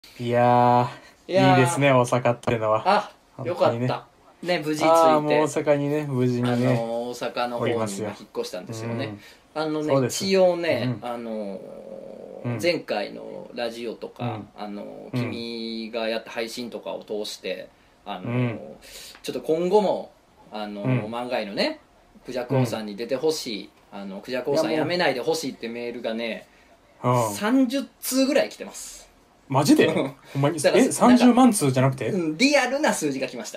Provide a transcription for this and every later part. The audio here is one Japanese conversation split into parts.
いやいやいいですね、大阪ってのは。 あ、よか本当にねったね、無事着いて、 もう大阪にね、無事にね。 大阪の方に引っ越したんですよね。 そうです一応ね、前回のラジオとか、君がやった配信とかを通して、ちょっと今後も漫画へのね、クジャク王さんに出てほしい、クジャク王さんやめないでほしいってメールがね、30通ぐらい来てます。 マジでほんまに30万通じゃなくて、 リアルな数字が来ました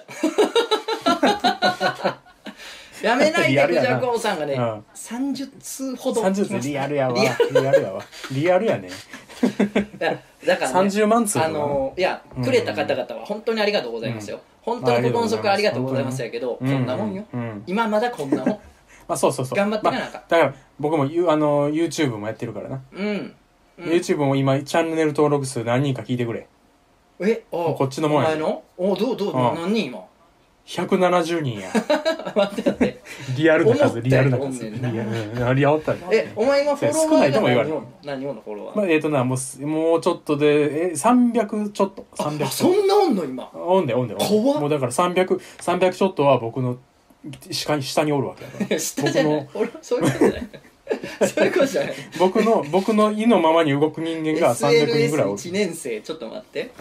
やめないでクジャク王さんがね、30通ほど来ました。 30通リアルやわ。リアルやね。 だからね、 30万通いや、くれた方々は本当にありがとうございますよ。本当に心の底ありがとうございますやけど、こんなもんよ。今まだこんなもん。 そう頑張っていかなあかん。 だから僕もYouTube もやってるからな。YouTube も今チャンネル登録数何人か聞いてくれ。こっちのもんや。 お前の何人今 170人や。 待って。 リアルな数。リアルな数。 お前今フォロワーが何人のフォロワー？ もうちょっとで300ちょっと。300。 そんなおんの今？ おんで。 怖っ。 もうだから300ちょっとは僕の下におるわけやから。 下じゃない。俺そういうことじゃない。そういうことじゃない。 僕の意のままに動く人間が300人ぐらいおる。 SNS1 年生ちょっと待って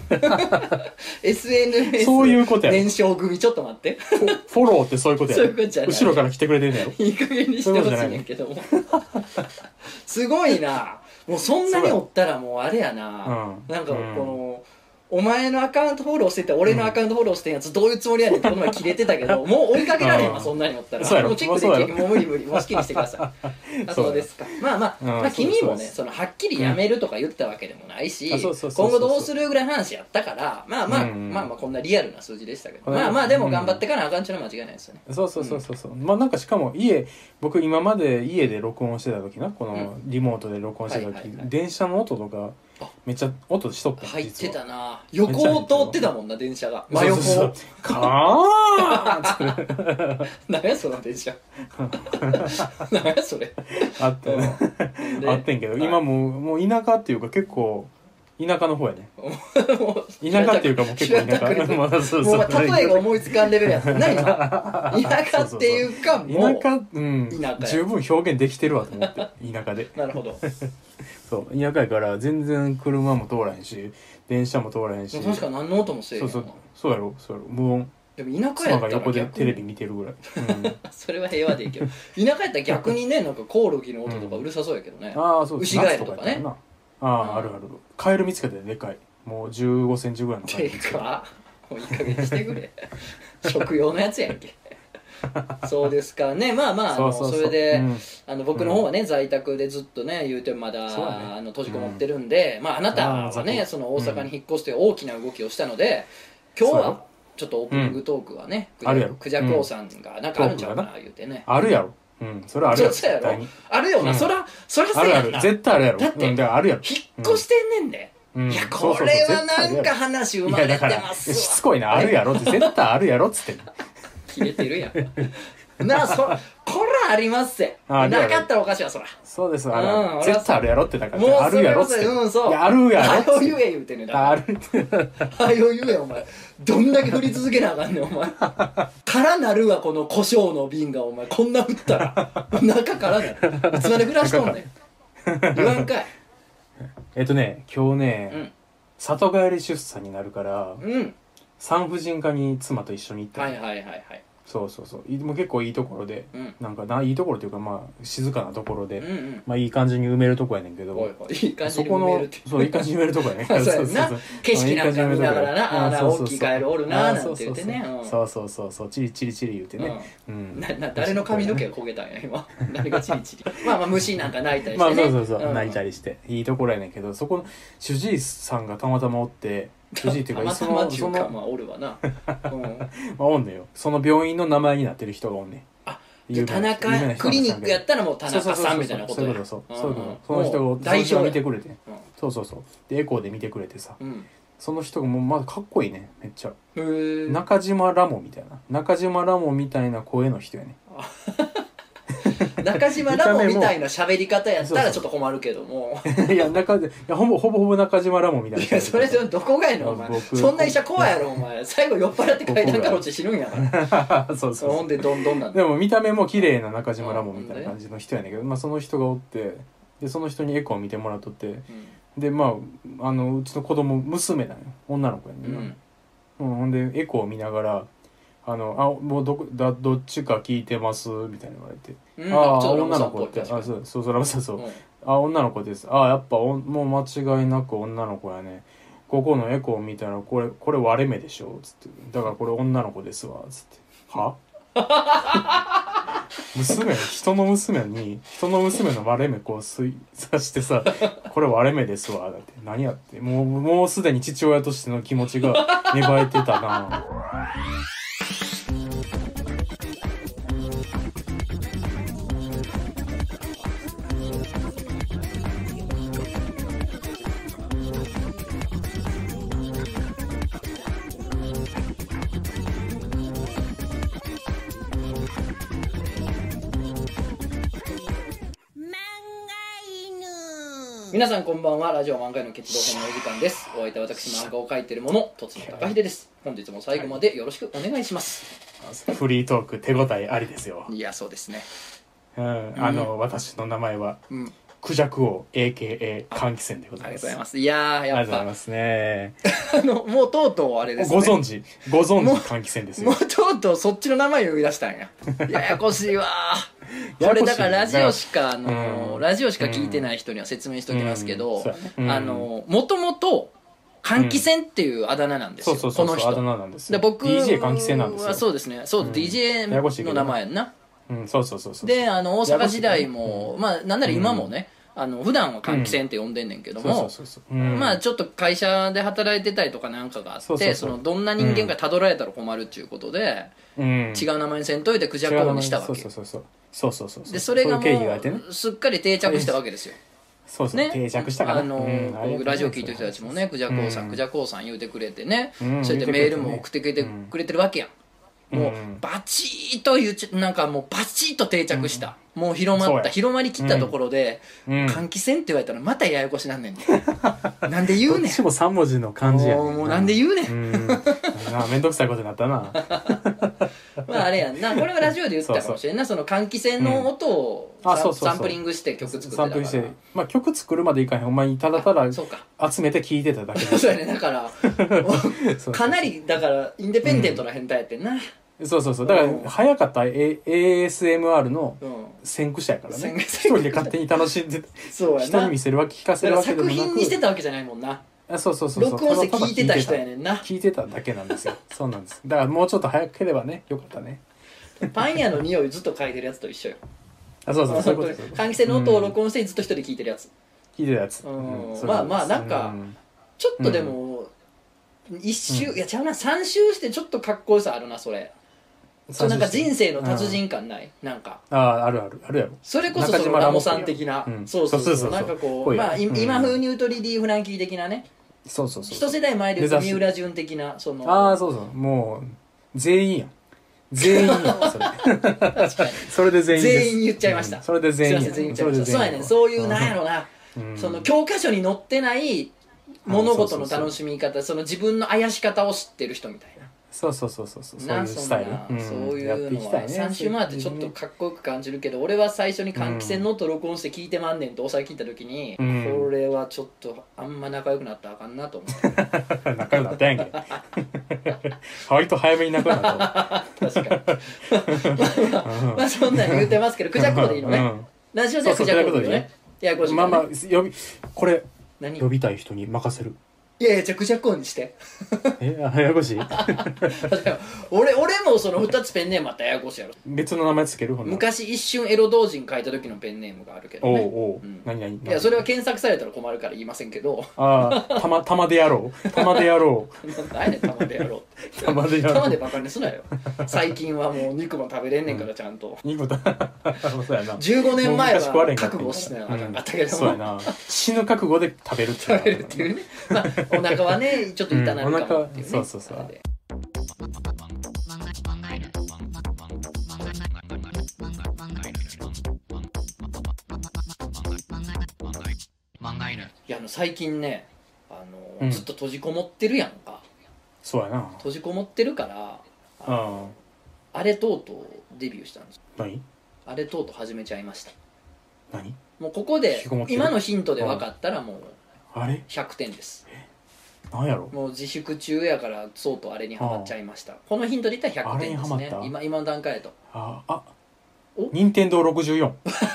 。SNS そういうことや。 年少組ちょっと待って。 フォローってそういうことや。 そういうことじゃない。 後ろから来てくれてんねやろ。 いい加減にしてほしいねんけども。すごいな。もうそんなにおったらもうあれやな。なんかこのお前のアカウントフォローしてて俺のアカウントフォローしてんやつどういうつもりやねんってこの前切れてたけど、もう追いかけられへんわ。そんなにおったらもうチェックできる。もう無理もう好きにしてください。そうですか。まあ君もね、そのはっきりやめるとか言ったわけでもないし、今後どうするぐらいの話やったから、まあこんなリアルな数字でしたけど、まあでも頑張ってからあかんちゅうのは間違いないですよね。 そうまあなんかしかも僕今まで家で録音してた時な、このリモートで録音してた時、電車の音とかめっちゃ音しとった。 入ってたな。横を通ってたもんな、電車が。真横をカーンって何やその電車何やそれあってんけど、今もう田舎っていうか結構田舎の方やね。田舎っていうかもう結構田舎。もう例えが思いつかんレベルやったな今。田舎っていうかもう田舎十分表現できてるわと思って。田舎で。 なるほど。 そう田舎やから全然車も通らへんし電車も通らへんし。 確か何の音もせえへん。 そうやろ無音。 でも田舎やったら妻が横でテレビ見てるぐらい。 それは平和でいいけど、田舎やったら逆にね、なんかコオロギの音とかうるさそうやけどね。牛ガエルとかね。 あるカエル見つけてでかい、もう15センチぐらいのカエル。 でかもういい加減にしてくれ。食用のやつやんけ。そうですかね。まあそれで僕の方はね在宅でずっとね言うてもまだ閉じこもってるんで、まああなたはねその大阪に引っ越して大きな動きをしたので、今日はちょっとオープニングトークはね、クジャク王さんがなんかあるんちゃうかな言うてね。 あるやろ。それあるやろ。 あるよな。そらそうやな。 絶対あるやろ。 だってあるやろ。 引っ越してんねんで。いやこれはなんか話生まれてますわ。 しつこいな。あるやろって絶対あるやろっつって。 切れてるやん。こらありますせ。なかったらおかしいわそら。 そうです。絶対あるやろってだから。 もうあるやろっつって。 そう。 あるやろ。 はよ言え言うてんねん。はよ言えお前。どんだけ振り続けなあかんねんお前。からなるわこの胡椒の瓶がお前こんな振ったら中からなる。いつまで暮らしとんねん。言わんかい。 今日ね里帰り出産になるから産婦人科に妻と一緒に行った。そうもう結構いいところで、なんかいいところっていうかまあ静かなところで、まあいい感じに埋めるとこやねんけど、 いい感じに埋めるってそういい感じに埋めるとこやねん。 そうな景色なんか見ながらな大きいカエルおるななんて言ってね。 そうチリチリチリ言うてね。 誰の髪の毛が焦げたんや今。誰がチリチリ。まあ虫なんか泣いたりしてね。 泣いたりしていいところやねんけど、そこの主治医さんがたまたまおって。主治医っていうかそのまあおるわな。 おんねんよ。その病院の名前になってる人がおんねん。 田中クリニックやったらもう田中さんみたいなことや。 そうその人を見てくれて、でエコーで見てくれてさ、その人がもうまだかっこいいねめっちゃ。中島ラモみたいな声の人やね。 中島ラモみたいな喋り方やったらちょっと困るけどもいやほぼ中島ラモみたいな。いやそれどこがやのお前。そんな医者怖いやろお前。最後酔っ払って階段から落ちて死ぬんやからそうほんでどんどんなんでも見た目も綺麗な中島ラモみたいな感じの人やねんけど、まあその人がおって、でその人にエコー見てもらっとって、でまあうちの子供娘なんよ、女の子やねんな。ほんでエコー見ながらもうどっちか聞いてますみたいな言われて、ああ女の子って、そうラブさんそう、女の子です、やっぱもう間違いなく女の子やね、ここのエコー見たらこれ割れ目でしょつって、だからこれ女の子ですわつって、は人の娘の割れ目こう刺してさこれ割れ目ですわだって、何やって、もうすでに父親としての気持ちが芽生えてたな皆さんこんばんは。ラジオ漫画の結動編のお時間です。お相手は私、漫画を描いている者とつの高秀です。本日も最後までよろしくお願いします。 フリートーク手応えありですよ。 いやそうですね。 私の名前は、クジャク王 AKA 換気扇でございます。ありがとうございます。 いややっぱありがとうございますねもうとうとうあれですね。 ご存知換気扇ですよ。 もうとうとうそっちの名前を呼び出したんや。ややこしいわこれだからラジオしか聞いてない人には説明しておきますけど、もともと換気扇っていうあだ名なんですよ、この人。あだ名なんですよ。で僕 DJ 換気扇なんですよ。 そうですね、そう、DJ の名前やんな。 そうで大阪時代も、まあなんなら今もね、普段は換気扇って呼んでんねんけども、まあちょっと会社で働いてたりとかなんかがあって、どんな人間かたどられたら困るっていうことで、違う名前にせんといてクジャク王にしたわけ。でそれがもうすっかり定着したわけですよ。 定着したかな。 僕ラジオ聞いてる人たちもね、クジャク王さんクジャク王さん言うてくれてね、それでメールも送ってくれてるわけやん。もうバチッとなんかもうバチッと定着した、もう広まりきったところで、換気扇って言われたらまたややこしなんねんなんで言うねん。 どっちも3文字の漢字やねん。 もうなんで言うねん。 めんどくさいことになったなまああれやんな、これはラジオで言ったかもしれんな。その換気扇の音をサンプリングして曲作ってたから、 まあ曲作るまでいかへん、お前にただただ集めて聴いてただけそうやね。だからかなりだからインデペンデントな変態やってんな。 そうだから早かった ASMR の先駆者やからね。一人で勝手に楽しんで人に見せるわけ聞かせるわけでもなく、 作品にしてたわけじゃないもんな。 そう録音して聞いてた人やねんな。 聞いてただけなんですよ。そうなんです。だからもうちょっと早ければね、よかったね。 パン屋の匂いずっと嗅いでるやつと一緒よ。 そういうこと。 換気扇の音を録音してずっと一人で聞いてるやつ。 聞いてるやつ。 まあなんかちょっとでも一周いや違うな、3周してちょっとかっこよさあるなそれ。なんか人生の達人感ない？なんかあるやろ。 それこそそのラモさん的な、そうなんかこう、まあ今風ニュートリディ・フランキー的なね、一世代前で三浦淳的な、そのもう全員やんそれ確かにそれで全員言っちゃいました。 それで全員言っちゃいました。そうやねん、そういうなんやろな、その教科書に載ってない物事の楽しみ方、その自分の怪し方を知ってる人みたいな。 そういうスタイル、 そういうのは3周回ってちょっとかっこよく感じるけど、俺は最初に換気扇の音録音して聞いてまんねんとお酒聞いた時に、これはちょっとあんま仲良くなったらあかんなと思って仲良くなったやんけ割と早めに仲良くなった確かにまあそんなん言ってますけど、クジャク王でいいのね。ラジオではクジャク王でいいのね。 まあこれ呼びたい人に任せる。 いやいや、じゃあクジャク王にしてややこしい俺もその2つペンネームあったらややこしいやろ。 別の名前つける。 昔一瞬エロ同人書いた時のペンネームがあるけどね。 何いやそれは検索されたら困るから言いませんけど。 玉でやろう何やねん玉でやろう玉でバカにすなよ。最近はもう肉も食べれんねんから、ちゃんと肉そうやな。 15年前は覚悟してなかったけども、 そうやな、死ぬ覚悟で食べるっていうね。まあお腹はねちょっと痛なるかもっていうね。 そう最近ねうんずっと閉じこもってるやんか。 そうやな。 閉じこもってるからあれとうとうデビューしたんです。 何あれとうとう始めちゃいました。 何もうここで引きこもってる今のヒントで分かったらもうあれ 100点です。 なんやろもう自粛中やからそうとあれにハマっちゃいました。このヒントで言ったら100点ですね。 あれにハマった今の段階だと。お任天堂64。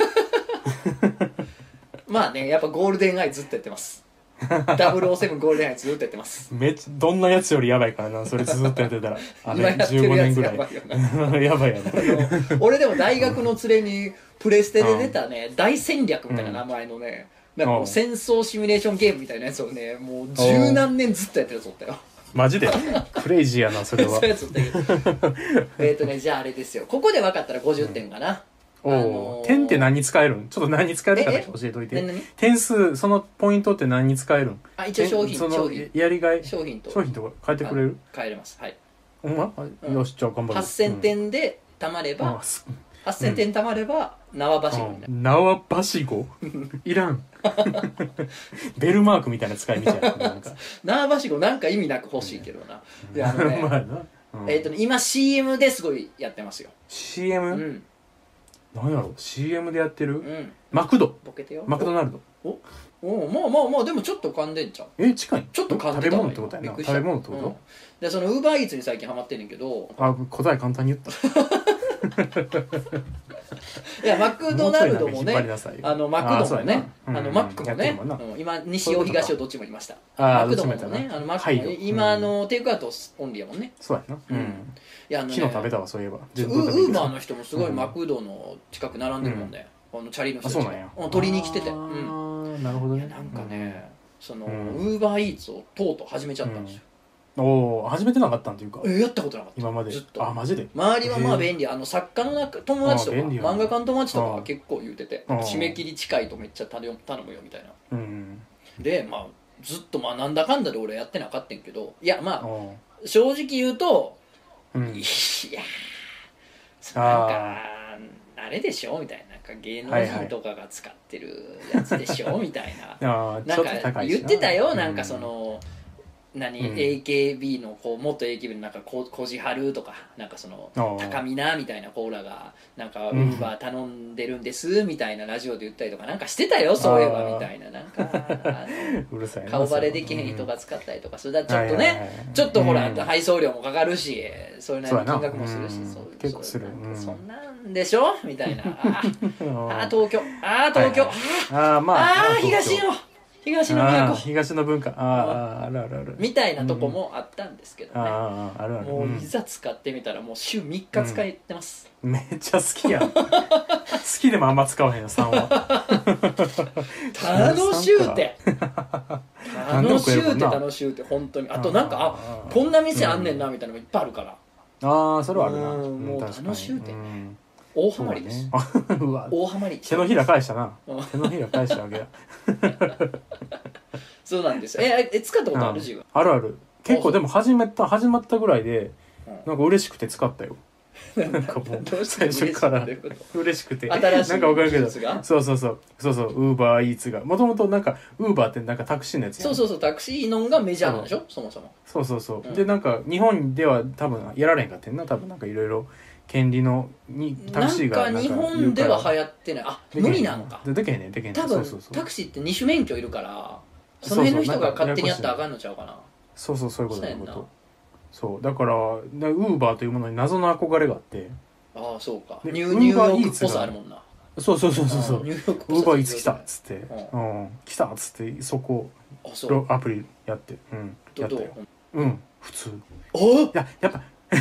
まあね、やっぱゴールデンアイずっとやってます007ゴールデンアイずっとやってます。 どんなやつよりやばいからな、それずっとやってたら。あれ今やってる 15 やつ年ぐらい。 やばいよなやばいやな。 俺でも大学の連れにプレステで出たね、大戦略みたいな名前のね、なんかもう戦争シミュレーションゲームみたいなやつをね、もう十何年ずっとやってるやつおったよ。 マジでクレイジーやな、それは。 そういうやつおったけどじゃああれですよ、ここで分かったら50点かな。 点って何に使えるん？ちょっと何に使えるかだけ教えといて。点数、そのポイントって何に使えるん？ 一応商品やりがい商品とか変えてくれる？ 変えれます。はい。 ほんま？よし、じゃあ頑張る。 8000点で貯まれば8000点貯まれば縄ばしごになる。 縄ばしごいらん。ベルマークみたいな使い道やなんか。 縄ばしごなんか意味なく欲しいけどな。でまあな。 今 CM ですごいやってますよ。 CM？ 何やろ CM でやってる？ マクドマクドナルド。 まあでもちょっと噛んでんじゃん。 近い？ ちょっと噛んでた。 食べ物ってことやな。食べ物ってこと？ でそのウーバーイーツに最近ハマってんねんけど。 答え簡単に言った。 いやマクドナルドもね、マクドもね、マックもね、今西尾東尾どっちもいました。マクドもね、マックも今テイクアウトオンリーやもんね。 そうやな。いや昨日食べたわ、そういえば。 ウーバーの人もすごいマクドの近く並んでるもんね。チャリの人たちが取りに来てて。 なるほどね。 なんかね、そのウーバーイーツをとうとう始めちゃったんですよ。 始めてなかったんっていうか、 やったことなかった今まで。 ずっと。 マジで？ 周りはまあ便利、作家の友達とか漫画家の友達とかは結構言うてて、締め切り近いとめっちゃ頼むよみたいな。でまあずっとなんだかんだで俺やってなかったんけど、いやまあ正直言うと、いやなんかあれでしょみたいな、なんか芸能人とかが使ってるやつでしょみたいな、なんか言ってたよ。なんかそのAKB の元 AKB のなんかこじはるとか、なんかその高見なみたいなコーラがなんかウーバー頼んでるんですみたいなラジオで言ったりとかなんかしてたよ、そういえばみたいな。なんか顔バレできへん人が使ったりとか、それだとちょっとね、ちょっとほら配送料もかかるし、そういう金額もするし、 結構する。 そんなんでしょみたいな。東京東の都、 東の文化、あるあるみたいなとこもあったんですけどね。もういざ使ってみたらもう週3日使ってます。 めっちゃ好きやん。好きでもあんま使わへんよ3は。 楽しゅうて楽しゅうて本当に。あとなんかこんな店あんねんなみたいなのがいっぱいあるから。 それはあるな。 もう楽しゅうて大ハマりです。大ハマり。 手のひら返したな。手のひら返したわけや。 そうなんです。使ったことある？自分。 あるある。結構でも始まったぐらいでなんか嬉しくて使ったよ。なんかもう最初から嬉しくて、 新しいなんか分かるけど、そうウーバーイーツがもともとなんかウーバーってなんかタクシーのやつやん。 そうタクシーのがメジャーなんでしょ、そもそも。 そうでなんか日本では多分やられんかってんな、多分なんかいろいろ権利のタクシーがなんか日本では流行ってない。無理なんか。 でけへんねん多分タクシーって二種免許いるから、その辺の人が勝手にやったらあかんのちゃうかな。 そういうことそうだからウーバーというものに謎の憧れがあって。 そうか。ニューヨークっぽさあるもんな。 そうウーバーイーツ来たっつって来たっつってそこアプリやってやったよ。普通。やっ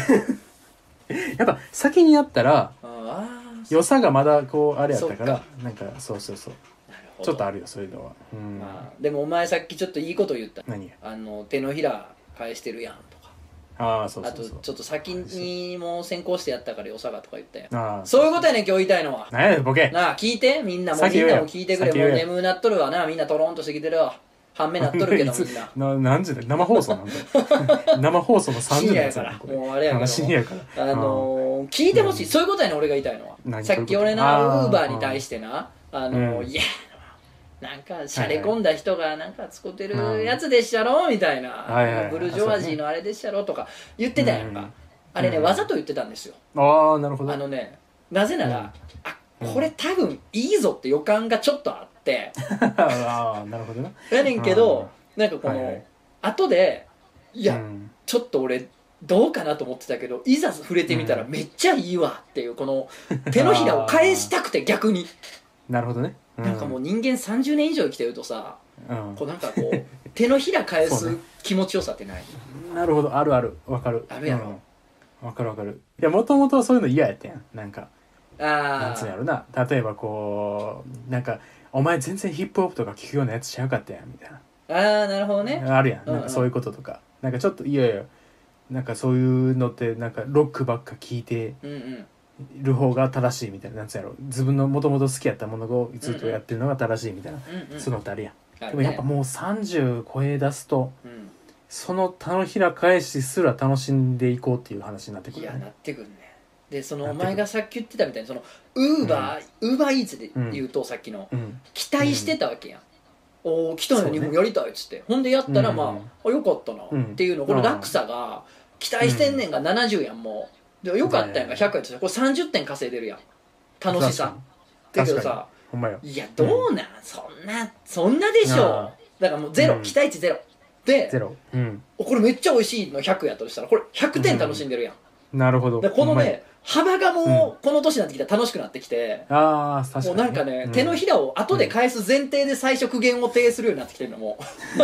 ぱ先にやったら良さがまだこうあれやったから、なんかそうちょっとあるよそういうのは。 でもお前さっきちょっといいこと言った。 何？ 手のひら返してるやんとか。あとちょっと先にもう先行してやったから良さがとか言ったやん。そういうことやねん今日言いたいのは。 何やボケ。 聞いて、みんなも聞いてくれ。もう眠なっとるわな、みんなトロンとしてきてるわ。半目なっとるけどみんな。 何時だ生放送なんだ。生放送の3時のやつやから。もうあれやけど。 深夜やから。 聞いてほしい。そういうことやねん俺が言いたいのは。さっき俺なウーバーに対してな、いやなんかしゃれ込んだ人がなんか作ってるやつでっしゃろみたいな、ブルジョワジーのあれでっしゃろとか言ってたやんか、あれね、わざと言ってたんですよ。 ああ、なるほど。 なぜなら、これ多分いいぞって予感がちょっとあってああ、なるほどな。 やねんけど、なんかこの、後でいや、ちょっと俺どうかなと思ってたけど、いざ触れてみたらめっちゃいいわっていう、この手のひらを返したくて逆になるほどね。 なんかもう人間30年以上生きてるとさ、こうなんかこう手のひら返す気持ちよさってない？ なるほど、あるある、わかる。 あるやろ。 わかるわかる。いや、もともとそういうの嫌やったやん。なんか、なんつうんやろな。例えばこう、なんか、お前全然ヒップホップとか聞くようなやつしなかったやん、みたいな。 なるほどね。 あるやん。なんかそういうこととか。なんかちょっと、いやいや、なんかそういうのって、なんかロックばっか聞いてる方が正しいみたいな。なんつうんやろ。自分のもともと好きやったものをずっとやってるのが正しいみたいな。そういうのってあるやん。でもやっぱもう30超え出すと、その手のひら返しすら楽しんでいこうっていう話になってくる、ね、 いやなってくるね。でそのお前がさっき言ってたみたいにそのウーバーイーツで言うと、さっきの、期待してたわけやん、お来たのにもやりたいっつって、ほんでやったらまあ、よかったなっていうの、この落差が期待してんねんが70やん、もうでよかったやんが100やってこれ30点稼いでるやん、楽しさだけどさ、いやどうなん、そんなでしょ、だからもうゼロ、期待値ゼロで、これめっちゃ美味しいの100やとしたらこれ100点楽しんでるやん、 なるほど。 このね幅がもうこの年になってきたら楽しくなってきて、もうなんかね、手のひらを後で返す前提で最初苦言を呈するようになってきてるのも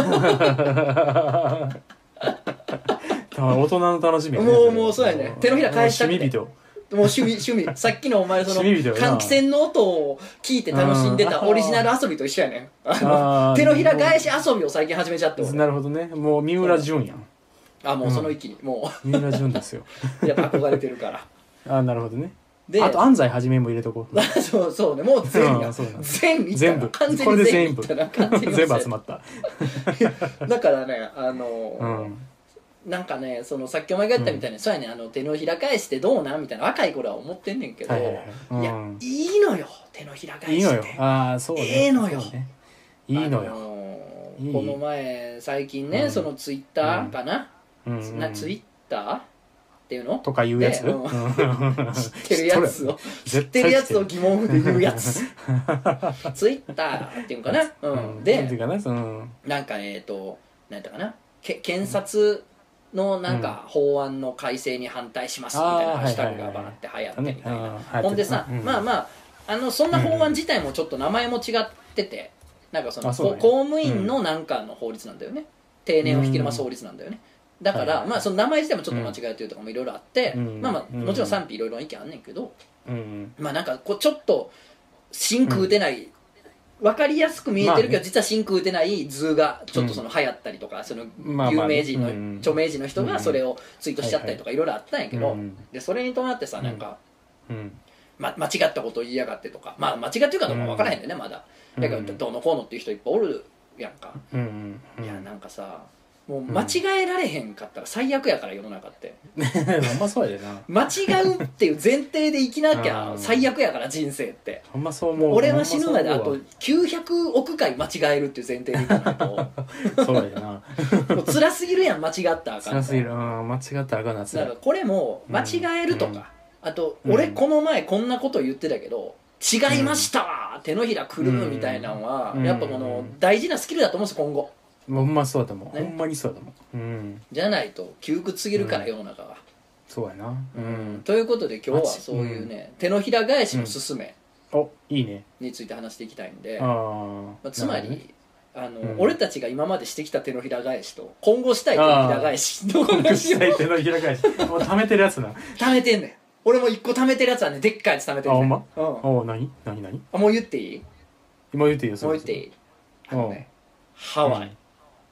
大人の楽しみやね。もうそうやね、手のひら返したくて、もう趣味さっきのお前その換気扇の音を聞いて楽しんでたオリジナル遊びと一緒やね、手のひら返し遊びを最近始めちゃって。 なるほどね、もう三浦淳やん。 もうその域にもう三浦淳ですよやっぱ憧れてるからなるほどね。であと安西はじめも入れとこうそうね、もう全部全部完全に全部全部集まっただからねなんかね、そのさっきお前が言ったみたいに、そうやね、手のひら返してどうなんみたいな若い頃は思ってんねんけど、いやいいのよ手のひら返して、いいのよ、そうね、 ええのよ、 いいのよ。 この前最近ね、そのツイッターかな、ツイッターっていうのとかいうやつ、知ってるやつを疑問符で言うやつツイッターっていうのかな、でなんかなんやったかな、検察のなんか法案の改正に反対しますみたいなハッシュタグがバーって流行ってみたいな。ほんでさ、まあそんな法案自体もちょっと名前も違ってて、なんかその公務員のなんかの法律なんだよね、定年を引き延ばす法律なんだよね。だからまあその名前自体もちょっと間違えてるとかもいろいろあって、まあもちろん賛否いろいろ意見あんねんけど、まあなんかこうちょっと真空打てない、分かりやすく見えてるけど実は真空打てない図がちょっとその流行ったりとか、その有名人の著名人の人がそれをツイートしちゃったりとかいろいろあったんやけど、でそれに伴ってさ、なんか間違ったことを言いやがってとか、まあ間違ってるかどうか分からへんでねまだ、だからどうのこうのっていう人いっぱいおるやんか。いやなんかさ、もう間違えられへんかったら最悪やから、世の中ってほんまそうやでな、 間違うっていう前提で生きなきゃ最悪やから、人生ってほんまそう思う。 俺は死ぬまであと900億回間違えるっていう前提でいかないとそうやなもう辛すぎるやん、間違ったらあかん、 辛すぎる、間違ったらあかんな。だからこれも間違えるとか、あと俺この前こんなこと言ってたけど違いましたわ、手のひらくるむみたいなのはやっぱこの大事なスキルだと思うんですよ今後。 ほんまそうだと思う、ほんまにそうだと思う、 じゃないと窮屈すぎるから、世の中は。 そうやな。 ということで今日はそういうね、手のひら返しのすすめいいねについて話していきたいんで、つまり俺たちが今までしてきた手のひら返しと今後したい手のひら返しの話を手のひら返しもう貯めてるやつな。 貯めてんねん、俺も一個貯めてるやつはね、でっかいやつ貯めてるねん。 何もう言っていい？ 今言っていいよ。 もう言っていい？ハワイ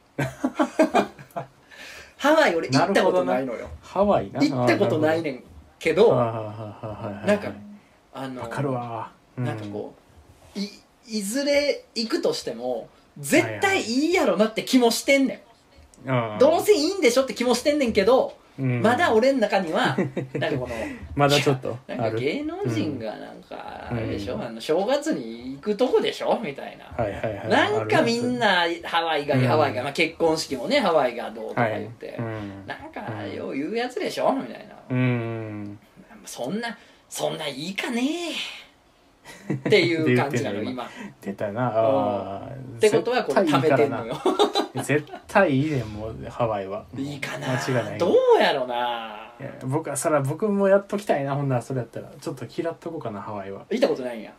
ハワイ俺行ったことないのよ。 ハワイな、 行ったことないねんけど、なんかわかるわ、 なんかこういずれ行くとしても絶対いいやろなって気もしてんねん、どうせいいんでしょって気もしてんねんけど、 まだ俺の中にはなんかこのまだちょっとなんか芸能人がなんかあれでしょ、正月に行くとこでしょみたいな、なんかみんなハワイが、まあ、結婚式もねハワイがどうとか言って、なんかよう言うやつでしょみたいな、そんないいかねっていう感じなの今出たなってことはこれ貯めてんのよ絶対いいねんもうハワイはいいかな間違いない。 どうやろな。 僕もやっときたいな。ほんならそれやったらちょっと嫌っとこうかなハワイは。 行ったことないんや。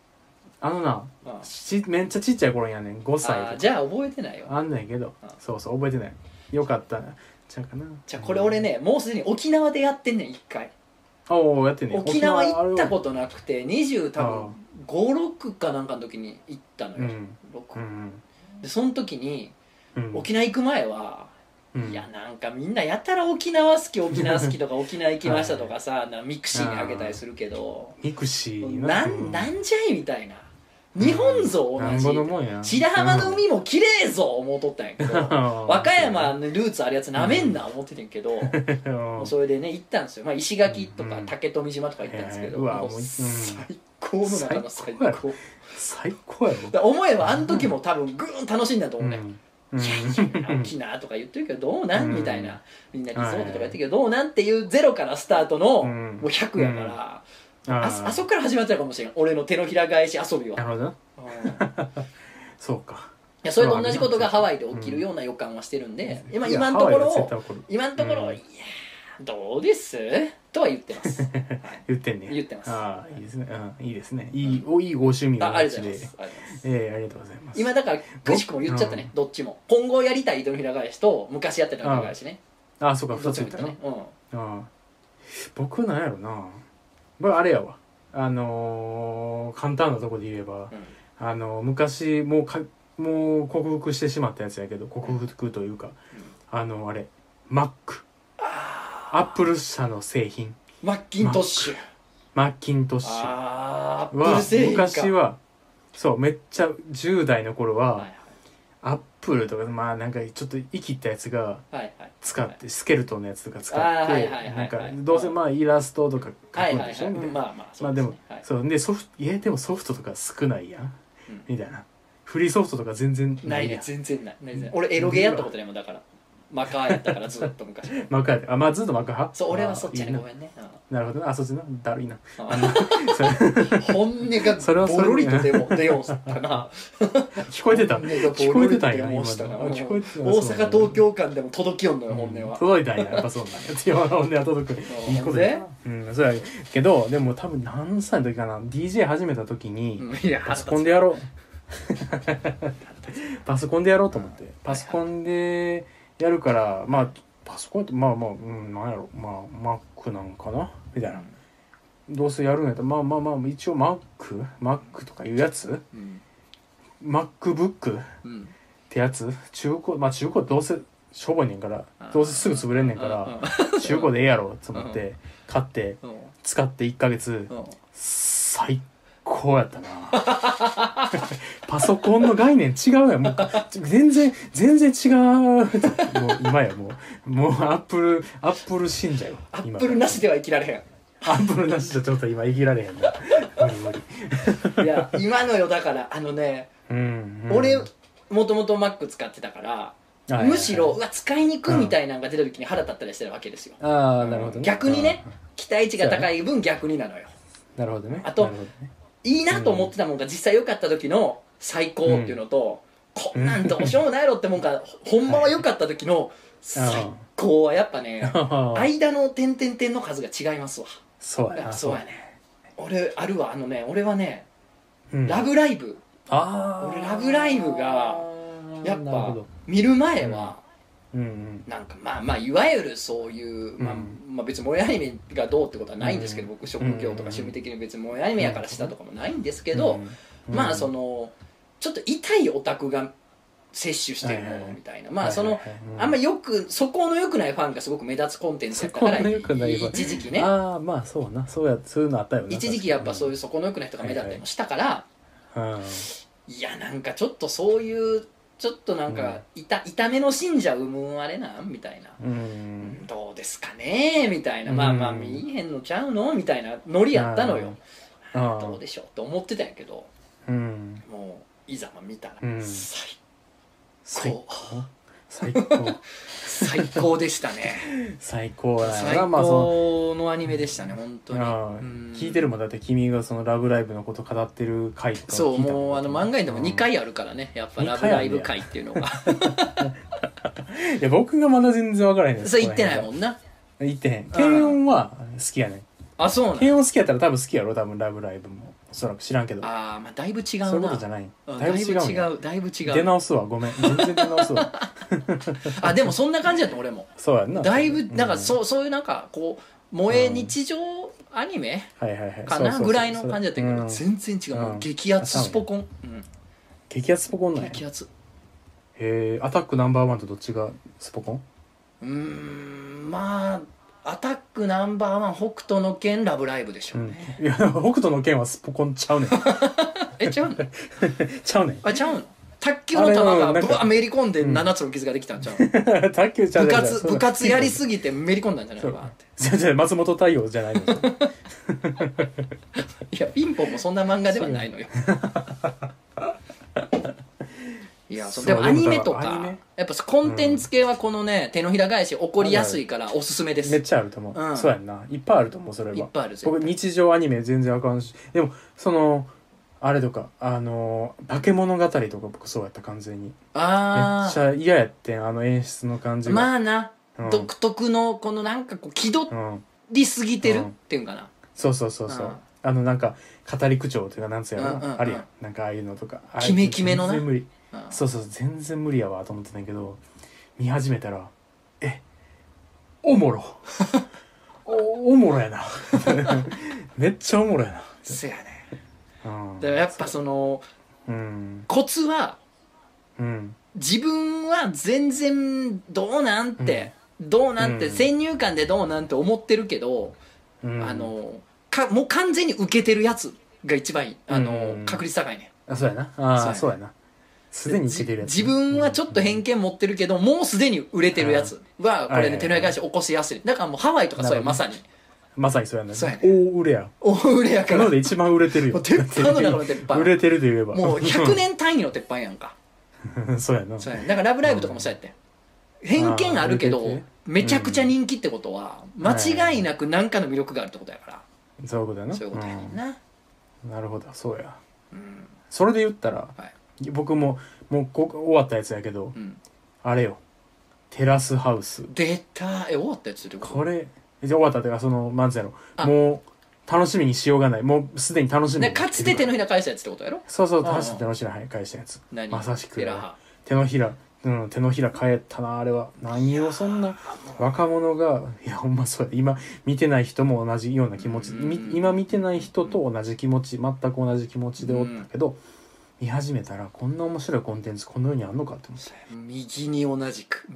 めっちゃちっちゃい頃やねん5歳とか。 じゃあ覚えてないよ。 あんねんけどそう覚えてない。よかったなちゃうかな。 じゃあこれ俺ねもうすでに沖縄でやってんねん1回。 やってんねん。 沖縄行ったことなくて20多分5、6かなんかの時に行ったのよ、でその時に、沖縄行く前は、いやなんかみんなやたら沖縄好きとか沖縄行きましたとかさミクシーにあげたりするけどミクシーなんじゃいみたいな。日本ぞ同じ白浜の海も綺麗ぞ思うとったんやけど和歌山のルーツあるやつなめんな思っててんけどそれでね行ったんですよ、まあ、石垣とか竹富島とか行ったんですけど最高の中の最高やろ。思えばあの時も多分グーン楽しんだと思うね、いや沖縄とか言ってるけどどうなんみたいな、みんなリゾートとか言ってるけどどうなんっていうゼロからスタートのもう100やから、あそこから始まっちゃうかもしれん俺の手のひら返し遊びは。 なるほどそうか。 いやそれと同じことがハワイで起きるような予感はしてるんで、今のところいやどうですとは言ってます、はい、 言ってんね。 言ってます。 いいですね。いいですね。いいご趣味がありがとうございます。 ありがとうございます。 今だからくしくも言っちゃったね、どっちも今後やりたい手のひら返しと昔やってた手のひら返しね。 そうか2つ言ったね。僕なんやろな。あれやわ。簡単なとこで言えば、昔もう克服してしまったやつやけど、克服というか、あれ Mac、アップル社の製品、 マッキントッシュは昔はそうめっちゃ10代の頃はアップルとかまあなんかちょっと生きったやつが使ってスケルトンのやつとか使ってなんかどうせまあイラストとか描くんでしょみたいな。まあでもそうででもソフトとか少ないやんみたいな。フリーソフトとか全然ないね。全然ない。俺エロゲーやったことないもんだから。マカーやったからずっと昔。 マカーまあずっとマカー派。 そう俺はそっちやね。ごめんね。 なるほどな。そっちな。だるいな。 本音がボロリと出ようったな。 聞こえてたんや。聞こえてたんや。大阪東京間でも届きよんのよ本音は。 届いたんや。やっぱそうなんや。本音は届く。いいことや。そうやけどでも多分何歳の時かな。DJ 始めた時にパソコンでやろう。パソコンでやろうと思って。パソコンでやるからまあパソコンってなんやろMac なんかなみたいな。どうせやるんやったらまあ一応 Mac とかいうやつ、MacBook ってやつ中古どうせしょぼいねんからどうせすぐ潰れんねんから中古でええやろと思って買って使って1ヶ月最高やったなパソコンの概念違うやん。もう全然違う。もう今やもうアップル信者よ。 アップルなしでは生きられへん。 アップルなしじゃちょっと今生きられへんな。無理。 いや今のよだから俺もともと Mac 使ってたからむしろ使いにくいみたいなのが出た時に腹立ったりしてるわけですよ。 なるほどね。 逆にね期待値が高い分逆になのよ。 なるほどね。 あといいなと思ってたもんが実際良かった時の最高っていうのと、こんなんどうしようもないろってもんがほんまは良かった時の最高はやっぱね間の点々点の数が違いますわ。 そうやね。俺あるわ俺はねラブライブ。俺ラブライブがやっぱ見る前はなんかまあいわゆるそういうまあ別に萌えアニメがどうってことはないんですけど、僕職業とか趣味的に別に萌えアニメやからしたとかもないんですけど、まあそのちょっと痛いオタクが摂取してるものみたいな、まあそのあんまよくそこの良くないファンがすごく目立つコンテンツだったから一時期ね。 まあそうなそういうのあったよね。 一時期やっぱそういうそこの良くない人が目立ったりもしたから、いやなんかちょっとそういうちょっとなんか痛めの信者生むあれなんみたいな、どうでですかねみたいな、まあまあ見えへんのちゃうのみたいなノリやったのよ。どうでしょうって思ってたんやけど、もういざ見たら最高最高でしたね。 最高だよな。 最高のアニメでしたね本当に。 聞いてるもんだって、君がそのラブライブのこと語ってる回とかそう、もう漫画にでも2回あるからね、やっぱラブライブ回っていうのがいや僕がまだ全然分からへんねん。 それ言ってないもんな。 言ってへん。軽音は好きやねん。 あ、そうなん。 軽音好きやったら多分好きやろ、多分ラブライブも。おそらく知らんけど。 ああ、まあだいぶ違うな。 そういうことじゃない。 だいぶ違う、だいぶ違う。 出直すわ、ごめん。全然出直すわ。 あ、でもそんな感じやった俺も。 そうやんな。 だいぶなんかそういうなんかこう萌え日常アニメかなぐらいの感じやったけど、全然違う。もう激アツスポコン。 激アツスポコンなんや。 激アツ。 へえ、アタックナンバーワンとどっちがスポコン？まあアタックナンバーワン北斗の拳ラブライブでしょうね。 いや北斗の拳はスポコンちゃうねん。 ちゃうの？ ちゃうねん。 あ、ちゃうの？卓球の球がブワーめり込んで7つの傷ができたんちゃうの？ 卓球ちゃう。 部活やりすぎてめり込んだんじゃないかって。 じゃ松本太陽じゃないの。いやピンポンもそんな漫画ではないのよ。いやでもアニメとかやっぱコンテンツ系はこのね、手のひら返し起こりやすいからおすすめです。 めっちゃあると思う。そうやんな、いっぱいあると思う。それはいっぱいある。 僕日常アニメ全然あかんし、でもそのあれとか化け物語とか僕そうやった。完全にめっちゃ嫌やってん、演出の感じが。 まあな、独特のこのなんかこう気取りすぎてるっていうんかな。 そうなんか語り口調というかなんつうやろな、あるやん、なんかああいうのとかキメキメのな。 全然無理。そう全然無理やわと思ってたんやけど、見始めたらおもろおもろやな。めっちゃおもろやな。 そやね。だからやっぱそのコツは自分は全然どうなんて先入観でどうなんて思ってるけど、もう完全に受けてるやつが一番確率高いね。 そうやな。そうやな。すでに受けてるやつ。 自分はちょっと偏見持ってるけどもうすでに売れてるやつはこれね、手のひら返し起こしやすい。だからもうハワイとかそうや、まさにそうやね。大売れや。 大売れやから。 今まで一番売れてるよ。 鉄板の中の鉄板。 売れてると言えば。 もう100年単位の鉄板やんか。 そうやな。 だからラブライブとかもそうやって。偏見あるけどめちゃくちゃ人気ってことは間違いなく何かの魅力があるってことやから。 そういうことやな。 そういうことやねんな。 なるほど、そうや。それで言ったら僕もう終わったやつやけど、あれよ、テラスハウス。 出た。終わったやつってこれ終わったってか、そのなんつうやろ、もう楽しみにしようがない、もうすでに楽しみにかつて手のひら返したやつってことやろ。 そうかつて手のひら返したやつ。まさしく手のひら返ったな。あれは何をそんな若者が、いやほんまそうや、今見てない人も同じような気持ち、今見てない人と同じ気持ち、全く同じ気持ちでおったけど、見始めたらこんな面白いコンテンツこの世にあんのかって思って。 右に同じく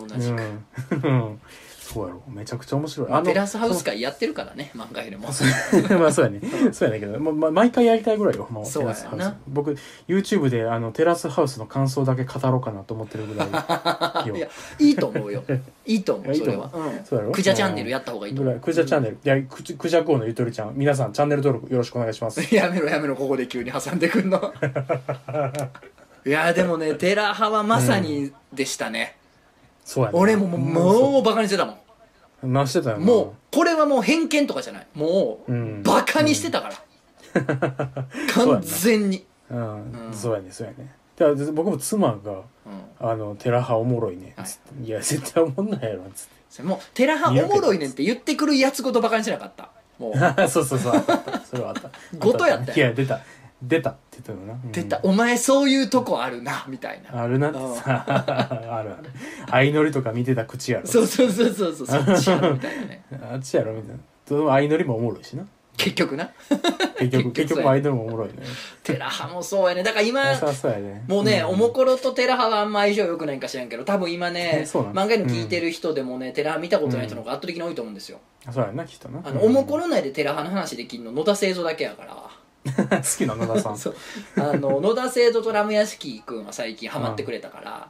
そうやろ、めちゃくちゃ面白い。 テラスハウス会やってるからね、漫画よりも。 まあそうやね。そうやねんけど、毎回やりたいぐらいよ。もうテラスハウス。 僕 YouTube でテラスハウスの感想だけ語ろうかなと思ってるぐらい。 いや、いいと思うよ。いいと思う、それは。 そうやろ。 クジャチャンネルやった方がいいと思う。 クジャチャンネル。いや、クジャコウのゆとりちゃん、皆さんチャンネル登録よろしくお願いします。 やめろ、ここで急に挟んでくんの。いやでもね、テラハはまさにでしたね。 そうやね。 俺もうバカにしてたもん。 何してたよ。 もうこれはもう偏見とかじゃない、もうバカにしてたから完全に。そうやね。僕も妻がテラハおもろいねっつって、いや絶対おもんないやろっつって、もうテラハおもろいねんって言ってくるやつごとバカにしなかった。もうそうそれはあった。 ごとやったよ。 いや出たって言ったのな。 出た、お前そういうとこあるなみたいな。 あるなってさ、ある相乗りとか見てた口やろ。 そうそっちやろみたいなね。 あっちやろみたいな。相乗りもおもろいしな。 結局な。 結局相乗りもおもろいね。 テラハもそうやね。だから今もうね、おもころとテラハはあんま相性良くないんか知らんけど、多分今ね漫画の聞いてる人でもね、テラハ見たことない人の方が圧倒的に多いと思うんですよ。 そうやな、きっとな。 おもころ内でテラハの話できるの野田製造だけやから。 好きな野田さん。 そう、野田製造とラム屋敷くんは最近ハマってくれたから、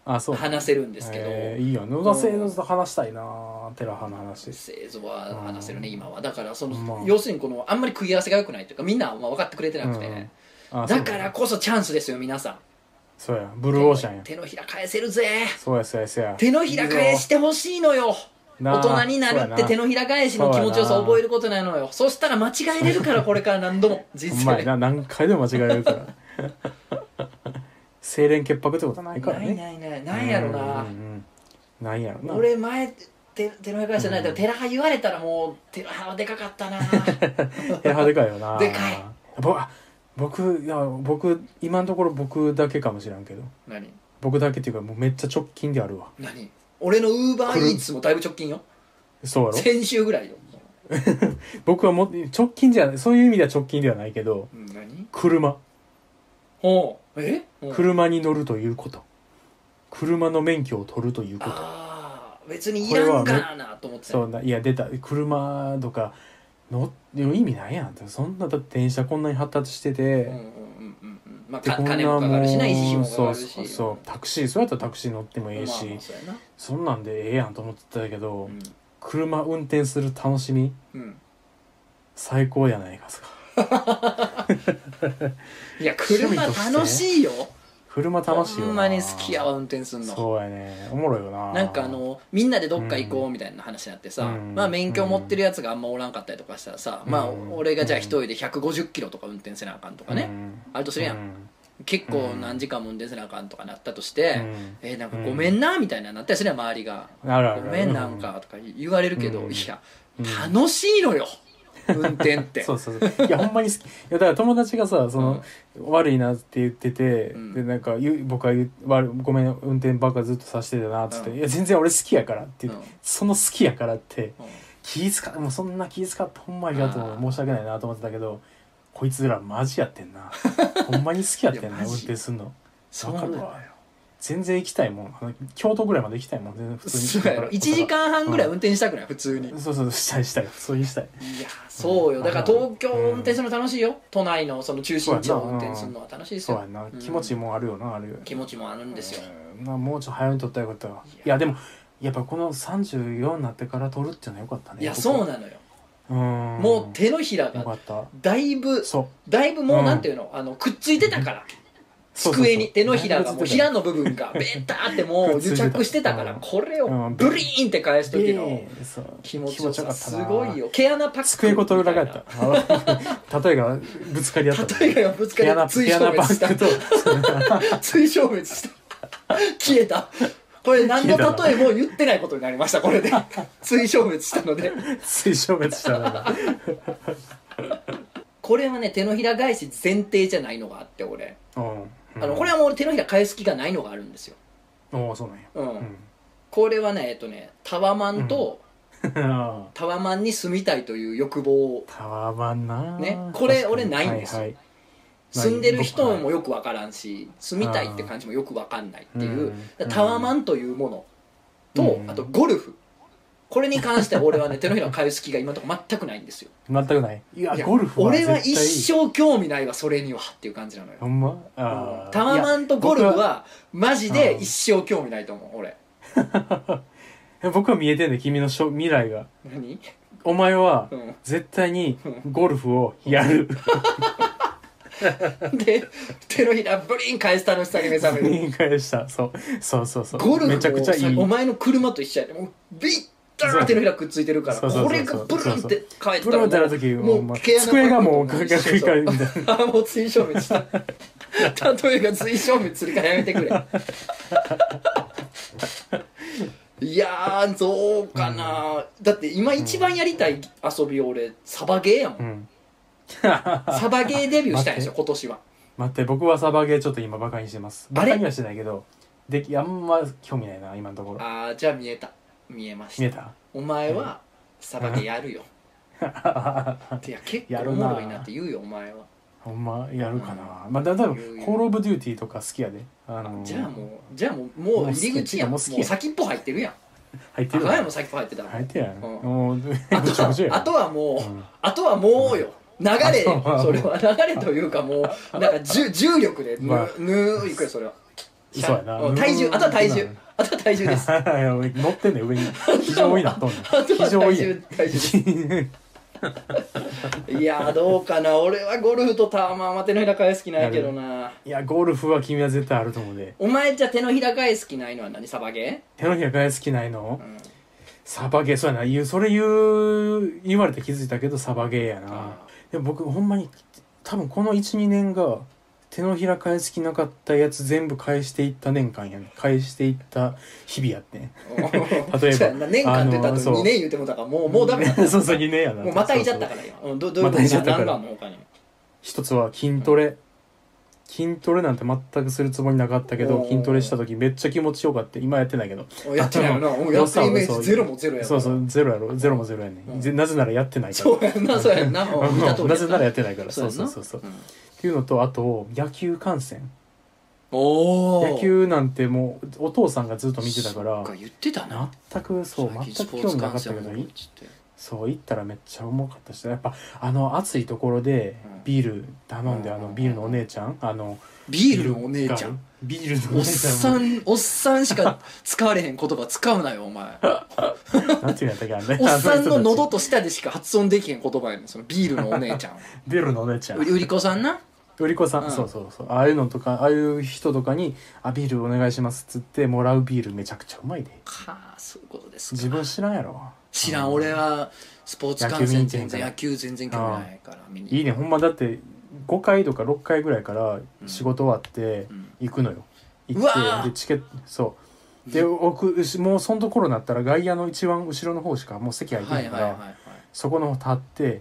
話せるんですけど、 いいよ野田製造と話したいな、テラハの話。 製造は話せるね今は。だから要するにあんまり食い合わせが良くないというか、みんな分かってくれてなくて、だからこそチャンスですよ皆さん。 そうや、ブルーオーシャンや。 手のひら返せるぜ。 そうやそうやそうや。 手のひら返してほしいのよ。大人になるって手のひら返しの気持ちよさを覚えることなのよ。そしたら間違えれるから、これから何度も人生で。 何回でも間違えれるから。清廉潔白ってことはないからね。 ないやろな。 ないやろな。 俺前手のひら返してないけど、テラハ言われたらもうテラハはでかかったな。 テラハでかいよな。 でかい。 僕今のところ僕だけかもしれんけど。 何？ 僕だけっていうかもうめっちゃ直近であるわ。 何？俺のウーバーイーツもだいぶ直近よ。 そうやろ。 先週ぐらいよ。 僕はもう直近じゃない、そういう意味では直近ではないけど、 何？ 車。 うん、 車に乗るということ、車の免許を取るということ。 別にいらんかなと思ってた。 そうな、いや出た、車とか乗っても意味ないやんって。そんなだって電車こんなに発達してて、 金もかかるしな、維持費もかかるし。 そうタクシー、そうやったらタクシー乗ってもいいし、そんなんでええやんと思ってたけど、車運転する楽しみ、最高やないかすか。 いや車楽しいよ。 車楽しいよな。 ほんまに好きやわ運転すんの。 そうやね、おもろいよな。 なんかみんなでどっか行こうみたいな話になってさ、免許持ってるやつがあんまおらんかったりとかしたらさ、俺がじゃあ一人で150キロとか運転せなあかんとかね、あるとするやん。結構何時間も運転せなあかんとかなったとして、なんかごめんなみたいななったりするやん周りが。ごめんなんかとか言われるけど、いや楽しいのよ運転って。 そういやほんまに好き。いやだから友達がさ悪いなって言ってて、でなんか僕はごめん運転ばっかずっとさせてたなっつって、いや全然俺好きやからって言って、その好きやからってもうそんな気遣ってほんまありがとう申し訳ないなと思ってたけど、こいつらマジやってんな。ほんまに好きやってんな運転すんの。 そうなのよ。 全然行きたいもん。京都ぐらいまで行きたいもん。全然普通に。 そうやろ。1時間半ぐらい運転したくない普通に。 そうしたい普通にしたい。 いやそうよ。だから東京運転するの楽しいよ。都内のその中心地を運転するのは楽しいですよ。 そうやな。気持ちもあるよな、あるよ。 気持ちもあるんですよ。 もうちょっと早めに取ったらよかったわ。いやでもやっぱこの34になってから取るっていうのはよかったね。 いやそうなのよ。もう手のひらがだいぶもうなんていうの、くっついてたから。机に手のひらがもう平の部分がベターってもう癒着してたから、これをブリーンって返す時の気持ちよさすごいよ。毛穴パック机ごと裏返った。例えがぶつかり合った。 例えがぶつかり合った。追消滅した追消滅した消えた。これ何の例えも言ってないことになりました。これで追消滅したので追消滅したのでこれはね手のひら返し前提じゃないのがあって、俺これはもう俺手のひら返す気がないのがあるんですよ。 そうなんや。 これはねタワマンとタワマンに住みたいという欲望。 タワマンなね、これ俺ないんですよ。住んでる人もよく分からんし、住みたいって感じもよく分かんないっていう、タワマンというものと、あとゴルフ、これに関しては俺はね手のひらを返す気が今のところ全くないんですよ。 全くない。いやゴルフは俺は一生興味ないわそれにはっていう感じなのよ。 ほんま？ タワマンとゴルフはマジで一生興味ないと思う俺。 僕は見えてんね君の未来が。 何？ お前は絶対にゴルフをやる。 で手のひらブリン返す楽しさに目覚める。 ブリン返した。そうゴルフもめちゃくちゃいい。 お前の車と一緒やで、もうビッター手のひらくっついてるから、これがブルンって返ったらもう机がもうガリガリガリみたいな。 もう追消滅した。例えが追消滅するからやめてくれ。いやーそうかな、だって今一番やりたい遊び俺サバゲーやもん。サバゲーデビューしたいんですよ今年は。 待って、僕はサバゲーちょっと今バカにしてます。バカにはしてないけどあんま興味ないな今のところ。 じゃあ見えました。 見えた。 お前はサバゲーやるよ。いや結構おもろいなって言うよお前は。 ほんまやるかな。だいぶコールオブデューティーとか好きやで。 じゃあもう入り口やん。もう先っぽ入ってるやん。 入ってる。 赤山先っぽ入ってた。 入ってやん。 あとはもうよ。流れ、それは流れというかもうなんか重力でぬーいくよそれは。 そうやな、 体重、あとは体重、あとは体重です。 乗ってんねん上に。非常になっとんねん。非常に。 体重です。いやどうかな。俺はゴルフとタワマンは手のひら返す気ないけどな。 いやゴルフは君は絶対あると思うで。 お前じゃあ手のひら返す気ないのは何？サバゲー？手のひら返す気ないの？サバゲー。そうやな、それ言われて気づいたけどサバゲーやな。でも僕ほんまに多分この 1,2 年が手のひら返す気なかったやつ全部返していった年間やね。返していった日々やってん。例えば年間って言ったと2年言うてもだからもうダメだ。 そうそう2年やな。 もうまたいちゃったから今。どういうまたいちゃったから。 何が他に？ 一つは筋トレ。筋トレなんて全くするつもりなかったけど、筋トレした時めっちゃ気持ちよかった。今やってないけど。 やってないよな。やってるイメージゼロもゼロや。 そうそうゼロやろ。ゼロもゼロやね。なぜならやってないから。 そうやんな、そうやんな。 なぜならやってないから。そうそうそうそう。っていうのと、あと野球観戦。野球なんてもうお父さんがずっと見てたから。 言ってたな。 全く興味なかったけど、そう行ったらめっちゃ重かったし、やっぱ暑いところでビール頼んで、ビールのお姉ちゃん、 ビールのお姉ちゃん、ビールのお姉ちゃん、おっさんしか使われへん言葉使うなよお前。 なんていうんやったっけあれ。 おっさんの喉と舌でしか発音できへん言葉やねん、そのビールのお姉ちゃん。 ビールのお姉ちゃん。 売り子さんな。 売り子さん、そうそうそう。ああいうのとか、ああいう人とかにビールお願いしますっつってもらうビールめちゃくちゃうまいで。 はあ、そういうことですか。 自分知らんやろ。 知らん。俺はスポーツ観戦野球全然興味ないから見に。 いいね。ほんまだって5回とか6回ぐらいから仕事終わって行くのよ。行ってでチケットそうで僕もうそのところになったら外野の一番後ろの方しかもう席空いてないから、そこの方立って、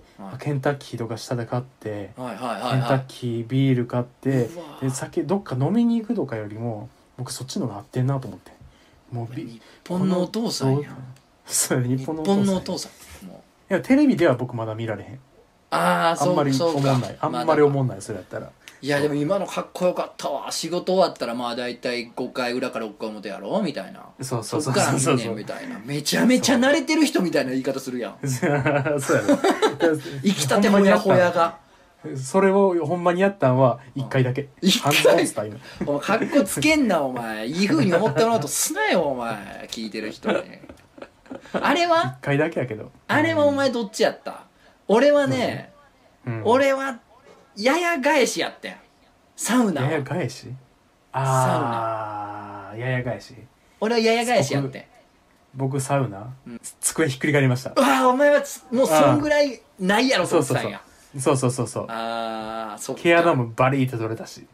ケンタッキーとか下で買って、ケンタッキービール買ってで酒どっか飲みに行くとかよりも僕そっちの方が合ってんなと思って。もう日本のお父さんやん。 そう日本のお父さん。 いやテレビでは僕まだ見られへん。あんまり思んない。あんまり思んない。それやったら。 いやでも今のかっこよかったわ。仕事終わったらまあ大体5回裏から6回表やろみたいな。 そうそうそう。 そっから見ねんみたいな。めちゃめちゃ慣れてる人みたいな言い方するやん。 そうやね。 生きたてほやほやが。 それをほんまにやったんは1回だけ。 1回。お前かっこつけんなお前。いい風に思ってもらおうとすなよお前。聞いてる人に。あれは 1回だけやけど。 あれはお前どっちやった？俺はね、俺はやや返しやってん。サウナは。 やや返し？ああ、やや返し。 俺はやや返しやってん。 僕サウナ、机ひっくり返りました。 ああ、お前はもうそんぐらいないやろと思ってたんや。 そうそうそうそう。 ああ、そっか。 毛穴もバリーって取れたし。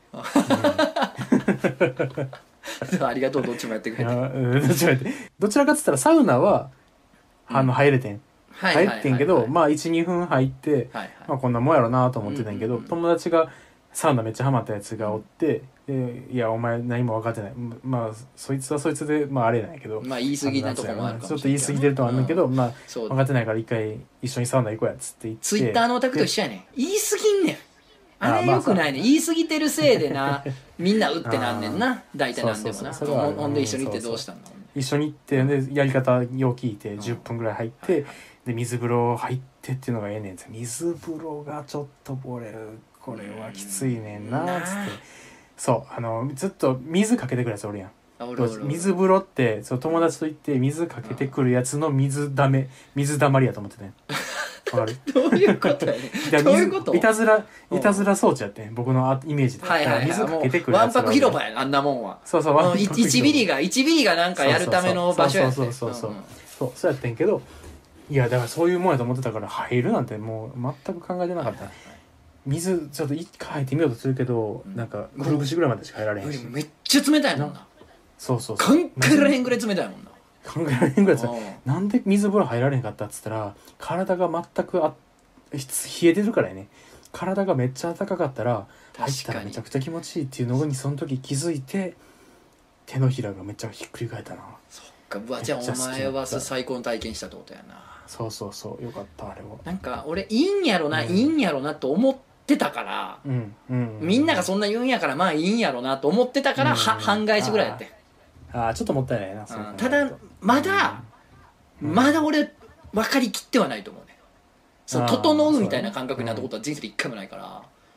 ありがとう、どっちもやってくれて。 どちらかっつったらサウナは入れてん。入ってんけど、まあ 1,2 分入って、まあこんなもんやろなと思ってたんやけど、友達がサウナめっちゃハマったやつがおって、いやお前何も分かってない。まあそいつはそいつでまああれなんやけど、 まあ言い過ぎなとこもあるかもしれない。 ちょっと言い過ぎてるとはあるんだけど、まあ分かってないから一回一緒にサウナ行こうやっつって言って。 ツイッターのオタクと一緒やねん。言い過ぎんねん。あれよくないね。言い過ぎてるせいでな、みんなうってなんねんな。大体なんでもな。ほんで一緒に行ってどうしたの？ 一緒に行ってでやり方よう聞いて10分ぐらい入って、で水風呂入ってっていうのがええねん。水風呂がちょっとこれはきついねんなっつって、そうずっと水かけてくるやつおるやん。水風呂って友達と行って水かけてくるやつの水だまりやと思ってて、わかる？ どういうことやねん。どういうこと？ いたずら装置やってん、僕のイメージで。水かけてくるやつ。 わんぱく広場やん、あんなもんは。 そうそう、 1ビリがなんかやるための場所やって。 そうやってんけど、いやだからそういうもんやと思ってたから入るなんてもう全く考えてなかった。水ちょっと一回入ってみようとするけど、なんかくるぶしぐらいまでしか入られへんし。 めっちゃ冷たいもんな。 そう考えられへんぐらい冷たいもんな。 考えられへんぐらい冷たい。なんで水風呂入られへんかったっつったら、体が全く冷えてるからやね。体がめっちゃ暖かかったら入ったらめちゃくちゃ気持ちいいっていうのにその時気づいて、手のひらがめっちゃひっくり返ったな。 そっか。うわ、じゃあお前は最高の体験したってことやな。 そうよかった。あれはなんか俺いいんやろなと思ってたから、みんながそんな言うんやからまあいいんやろなと思ってたから、半返しぐらいやって。 ちょっともったいないな。 ただまだ俺分かりきってはないと思うね。整うみたいな感覚になったことは人生で一回もないから。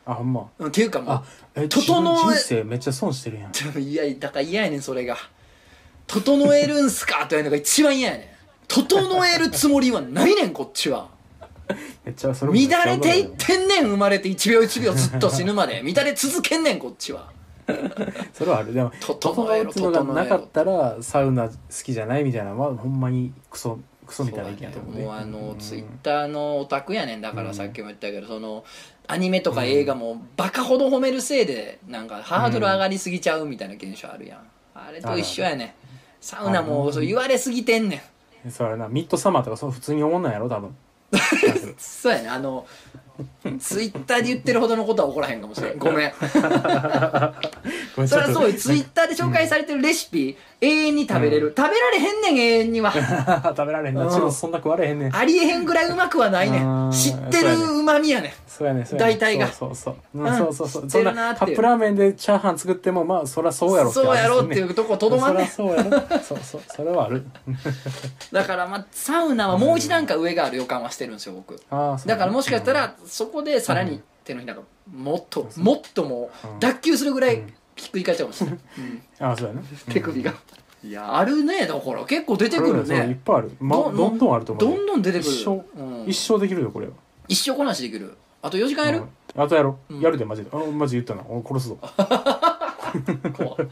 あほんまっていうかもう整え人生めっちゃ損してるやん。 いやだから嫌やねんそれが。整えるんすかというのが一番嫌やねん。整えるつもりはないねんこっちは。 めっちゃそれ乱れていってんねん生まれて1秒1秒ずっと死ぬまで乱れ続けんねんこっちは。 それはある。でも整えるのがなかったらサウナ好きじゃないみたいなのはほんまにクソみたいな意見やと思うね。 もうツイッターのオタクやねん。だからさっきも言ったけど、そのアニメとか映画もバカほど褒めるせいでなんかハードル上がりすぎちゃうみたいな現象あるやん。あれと一緒やねん。サウナもそう言われすぎてんねん。それなミッドサマーとかそう普通に思んないやろ多分。 そうやね。ツイッターで言ってるほどのことは起こらへんかもしれん。ごめん。それはそうよ。ツイッターで紹介されてるレシピ、永遠に食べれる。食べられへんねん、永遠には。 食べられへんな。チュロスそんな食われへんねん。 ありえへんぐらいうまくはないねん。知ってるうまみやねん。 そうやねん。 大体が。 そう。そんなカップラーメンでチャーハン作っても、まあ、そりゃそうやろって。 そうやろっていうとことどまんねん。 そうやろ。そう。それはある。 だからまあ、サウナはもう一段階上がある予感はしてるんですよ、僕。だからもしかしたら、そこでさらに手のひらがもっともう脱臼するぐらいひっくり返っちゃうかもしれない。 そうやな。 手首が。いや、あるね。だから結構出てくるね。 いっぱいある。どんどんあると思う。 どんどん出てくる。 一生できるよ、これは。 一生こなしできる。あと4時間やる？ あとやろ。やるで、マジで。マジ言ったな。俺殺すぞ。怖い。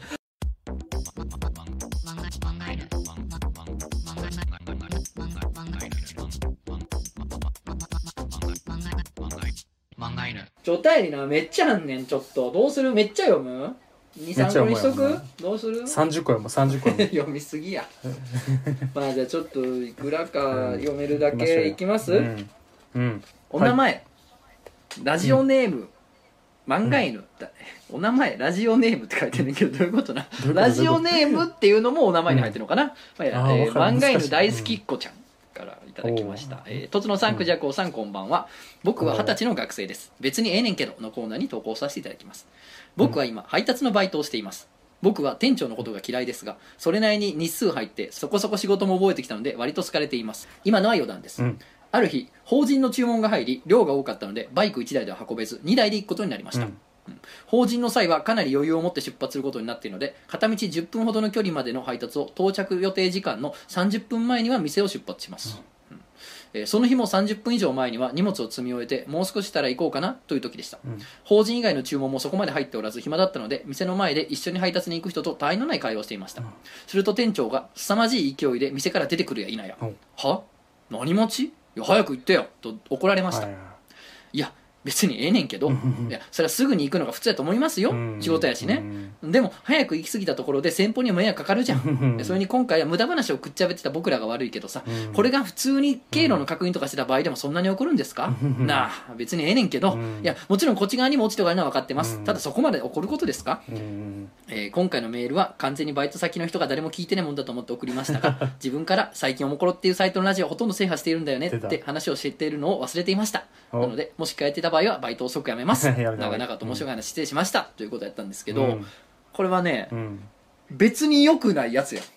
お便りな、めっちゃあんねん。ちょっとどうする？めっちゃ読む？2、3個にしとく？どうする ？30個も30個も読みすぎや。まあじゃあちょっといくらか読めるだけいきます？お名前、ラジオネーム、漫画犬、お名前ラジオネームって書いてるんだけど、どういうことな。ラジオネームっていうのもお名前に入ってるのかな。漫画犬大好きっ子ちゃんからいただきました。とつのさん、くじゃこうさん、こんばんは。僕は20歳の学生です。別にええねんけどのコーナーに投稿させていただきます。僕は今配達のバイトをしています。僕は店長のことが嫌いですが、それなりに日数入ってそこそこ仕事も覚えてきたので割と好かれています。今のは余談です。ある日、法人の注文が入り量が多かったのでバイク1台では運べず2台で行くことになりました。法人の際はかなり余裕を持って出発することになっているので、片道10分ほどの距離までの配達を到着予定時間の30分前には店を出発します。その日も30分以上前には荷物を積み終えてもう少ししたら行こうかなという時でした。法人以外の注文もそこまで入っておらず暇だったので、店の前で一緒に配達に行く人と他愛のない会話をしていました。すると店長が凄まじい勢いで店から出てくるや否や、は何待ち、いや早く行ってよと怒られました。いや別にええねんけど、いやそれはすぐに行くのが普通だと思いますよ、仕事やしね。でも早く行き過ぎたところで先方にも迷惑かかるじゃん。それに今回は無駄話をくっちゃべってた僕らが悪いけどさ、これが普通に経路の確認とかしてた場合でもそんなに怒るんですか？なあ別にええねんけど、いやもちろんこっち側にも落ちてがあるのは分かってます。ただそこまで怒ることですか？今回のメールは完全にバイト先の人が誰も聞いてないもんだと思って送りましたが、自分から最近おもころっていうサイトのラジオをほとんど制覇しているんだよねって話をしているのを忘れていました。なのでもし帰ってた場合はバイトを即やめます長々と面白い話失礼しました、ということやったんですけど、これはね、別に良くないやつや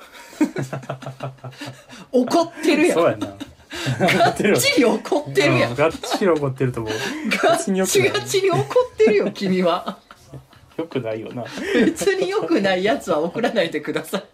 怒ってるやん。 そうやながっちり怒ってるやん。 がっちり怒ってると思う。 ガッチガチに怒ってるよ君は。 よくないよな。 別に良くないやつは送らないでください。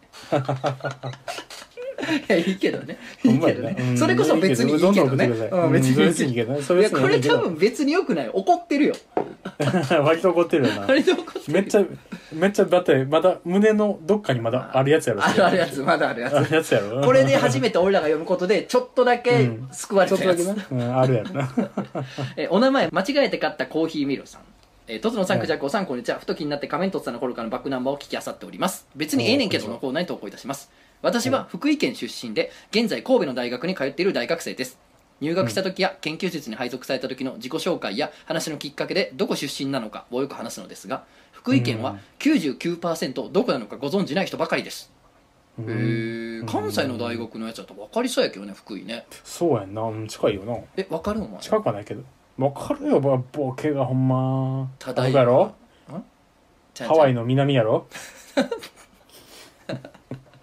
いやいいけどね、いいけどね、それこそ別にいいけどね、別にいいけどね。いやこれ多分別に良くない、怒ってるよ。 割と怒ってるよな。割と怒ってる。めっちゃだってまだ胸のどっかにまだあるやつやろ。 あるやつ、まだあるやつ。 あるやつやろ。 これで初めて俺らが読むことでちょっとだけ救われたやつ。 あるやろな。 お名前間違えて買ったコーヒーミルさん。とつのさん、くじゃこさん、こんにちは。ふと気になって仮面凸さんの頃からのバックナンバーを聞きあさっております。別にええねんけどのコーナーに投稿いたします。私は福井県出身で現在神戸の大学に通っている大学生です。入学した時や研究室に配属された時の自己紹介や話のきっかけでどこ出身なのかをよく話すのですが、福井県は 99% どこなのかご存じない人ばかりです。関西の大学のやつだと分かりそうやけどね、福井ね。 そうやんな、近いよな。 分かる？お前近くはないけど分かるよ。ボケがほんまただいまハワイの南やろ。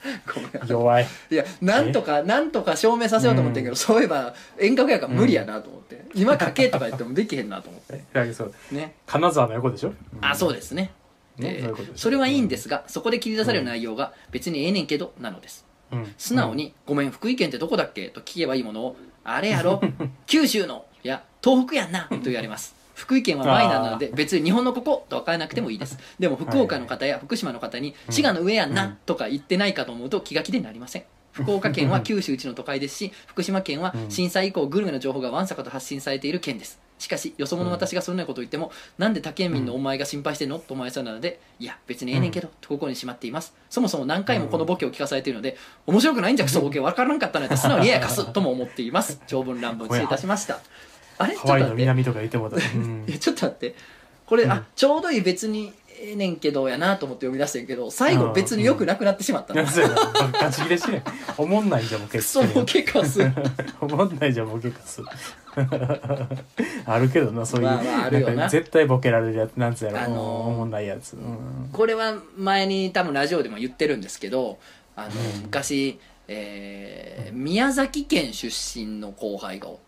ごめん。 弱い。 いや、なんとか証明させようと思ってんけど、そういえば遠隔やから無理やなと思って、今書けとか言ってもできへんなと思ってそうね。 金沢の横でしょ。 あ、そうですね。で、それはいいんですが、そこで切り出される内容が別にええねんけどなのです。素直に「ごめん、福井県ってどこだっけ?」と聞けばいいものを「あれやろ九州のいや東北やんな」と言われます。福井県はマイナーなので別に日本のここと分からなくてもいいです。でも福岡の方や福島の方に「滋賀の上やんな」とか言ってないかと思うと気が気でなりません。福岡県は九州一の都会ですし、福島県は震災以降グルメの情報がわんさかと発信されている県です。しかしよそ者の私がそんなことを言っても、なんで他県民のお前が心配してんのと思われそうなので、いや別にええねんけどと心にしまっています。そもそも何回もこのボケを聞かされているので、面白くないんじゃクソボケ分からんかったのやったら素直にややかすとも思っています。長文乱文失礼いたしました。あれちょっと待って、ハワイの南とか言ってもらった、いやちょっと待って、これ、ちょうどいい別にええねんけどやなと思って読み出してんけど、最後別によくなくなってしまったの。 ガチ切れしねん。おもんないじゃんボケ。 クソボケかす。 おもんないじゃんボケかす。あるけどな、そういう、 あるよな、 絶対ボケられるやつ、なんつうやろ、おもんないやつ、 これは前に多分ラジオでも言ってるんですけど、昔、宮崎県出身の後輩がおって、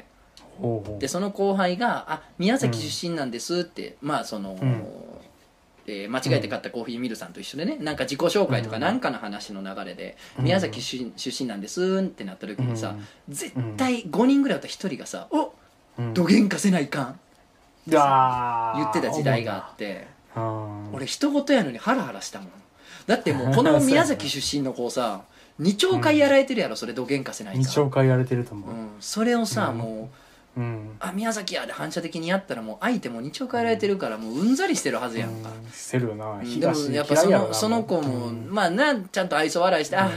でその後輩が「あ、宮崎出身なんです」って、まあその、間違えて買ったコーヒーミルさんと一緒でね、なんか自己紹介とかなんかの話の流れで「宮崎出身なんです」ってなった時にさ、絶対5人ぐらいだったら1人がさ「おっどげんかせないかん」って言ってた時代があって、俺人事やのにハラハラしたもん。だってもうこの宮崎出身の子さ2兆回やられてるやろ、それどげんかせないかん。 2兆回やられてると思う。 それをさ、もうあ、宮崎やで反射的にやったらもう相手も2兆回やられてるからもううんざりしてるはずやんか。 してるよな。 でもやっぱその子もまあちゃんと愛想笑いして「あ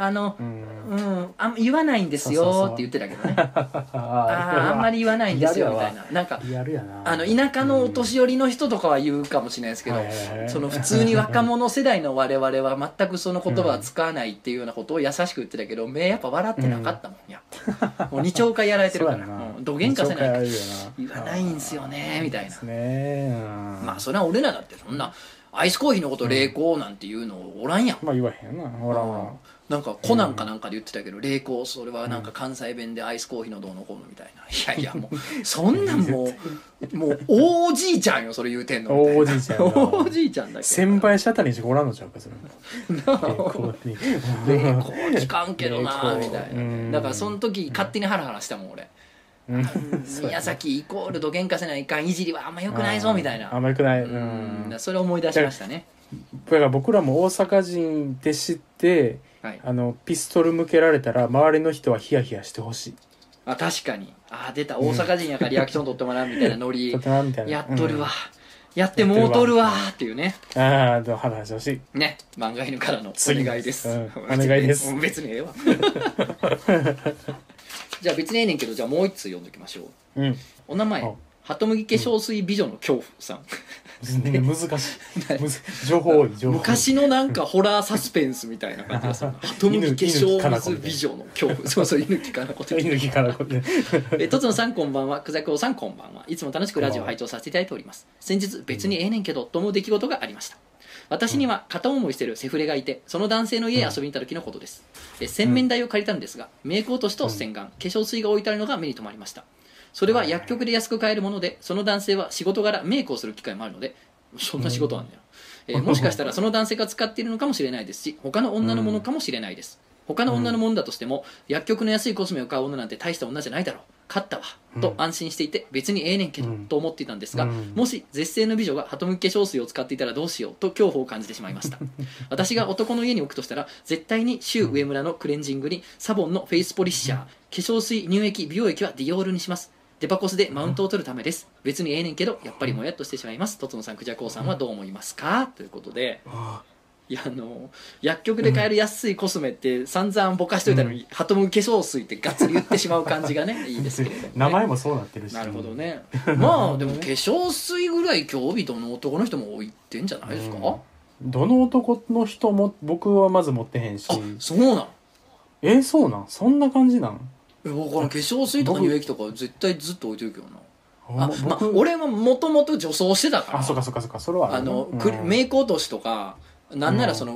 言わないんですよ」って言ってたけどね。あんまり言わないんですよみたいな。なんか田舎のお年寄りの人とかは言うかもしれないですけど、その普通に若者世代の我々は全くその言葉は使わないっていうようなことを優しく言ってたけど、目やっぱ笑ってなかったもん。やもう2兆回やられてるからどげんかせないから言わないんすよねみたいな。まあそれは俺らだってそんなアイスコーヒーのこと冷凍なんていうのおらんやん。 まあ言わへんよな。おらんわ。 なんかコナンかなんかで言ってたけど、冷凍それはなんか関西弁でアイスコーヒーのどうのこうのみたいな。いやいやもうそんなんもう大おじいちゃんよそれ言うてんの。 大おじいちゃん。 大おじいちゃんだけ。 先輩しあたりにしかおらんのちゃうかそれ。 冷凍聞かんけどなみたいな。だからその時勝手にハラハラしたもん俺。宮崎イコールどげんかせないかんいじりはあんまよくないぞみたいな。 あんまよくない。 それを思い出しましたね。 だから僕らも大阪人って知って、ピストル向けられたら周りの人はヒヤヒヤしてほしい。 あ、確かに。あ、出た大阪人やからリアクション取ってもらうみたいなノリやっとるわ、やってもうとるわっていうね。 ああ、話してほしいね。漫画犬からのお願いです。 お願いです。 別にええわ。じゃあ別にええねんけど、じゃあもう一通読んでおきましょう。お名前ハトムギ化粧水美女の恐怖さん。 難しい。情報多い。 昔のなんかホラーサスペンスみたいな感じがする。ハトムギ化粧水美女の恐怖。そうそう、犬木かなこと。 犬木かなこと。 とつのさんこんばんは、くざくおさんこんばんは。いつも楽しくラジオを拝聴させていただいております。先日別にええねんけどと思う出来事がありました。私には片思いしてるセフレがいて、その男性の家へ遊びに行った時のことです。洗面台を借りたんですが、メイク落としと洗顔、化粧水が置いてあるのが目に留まりました。それは薬局で安く買えるもので、その男性は仕事柄メイクをする機会もあるので、そんな仕事あんねや、もしかしたらその男性が使っているのかもしれないですし、他の女のものかもしれないです。他の女のものだとしても、薬局の安いコスメを買う女なんて大した女じゃないだろう、買ったわと安心していて、別にええねんけどと思っていたんですが、もし絶世の美女がハトムギ化粧水を使っていたらどうしようと恐怖を感じてしまいました。私が男の家に置くとしたら、絶対にシュウ上村のクレンジングにサボンのフェイスポリッシャー、化粧水、乳液、美容液はディオールにします。デパコスでマウントを取るためです。別にええねんけどやっぱりもやっとしてしまいます。とつのさん、くじゃこうさんはどう思いますか、ということで、いや薬局で買える安いコスメって散々ぼかしといたのに、ハトムギ化粧水ってガッツリ言ってしまう感じがねいいですけれども、ね、 名前もそうなってるし。 なるほどね。まあでも化粧水ぐらい興味どの男の人も置いてんじゃないですか、 どの男の人も僕はまず持ってへんし。 あ、そうなん。 そうなん、そんな感じなん。 僕化粧水とか乳液とか絶対ずっと置いてるけどな。俺はもともと女装してたから。 あ、そっかそれはメイク落としとか、なんならその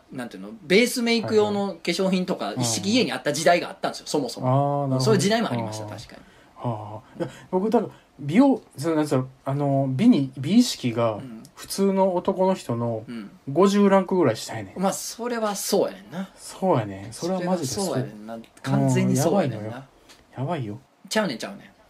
なんていうの、ベースメイク用の化粧品とか一式家にあった時代があったんですよ、そもそも。そういう時代もありました、確かに。 いや僕多分美容美意識が普通の男の人の50ランクぐらいしたいね、 まあそれはそうやねんな。 そうやね、それはマジでそうやねんな、完全にそうやねんな。 やばいよ。 ちゃうねん。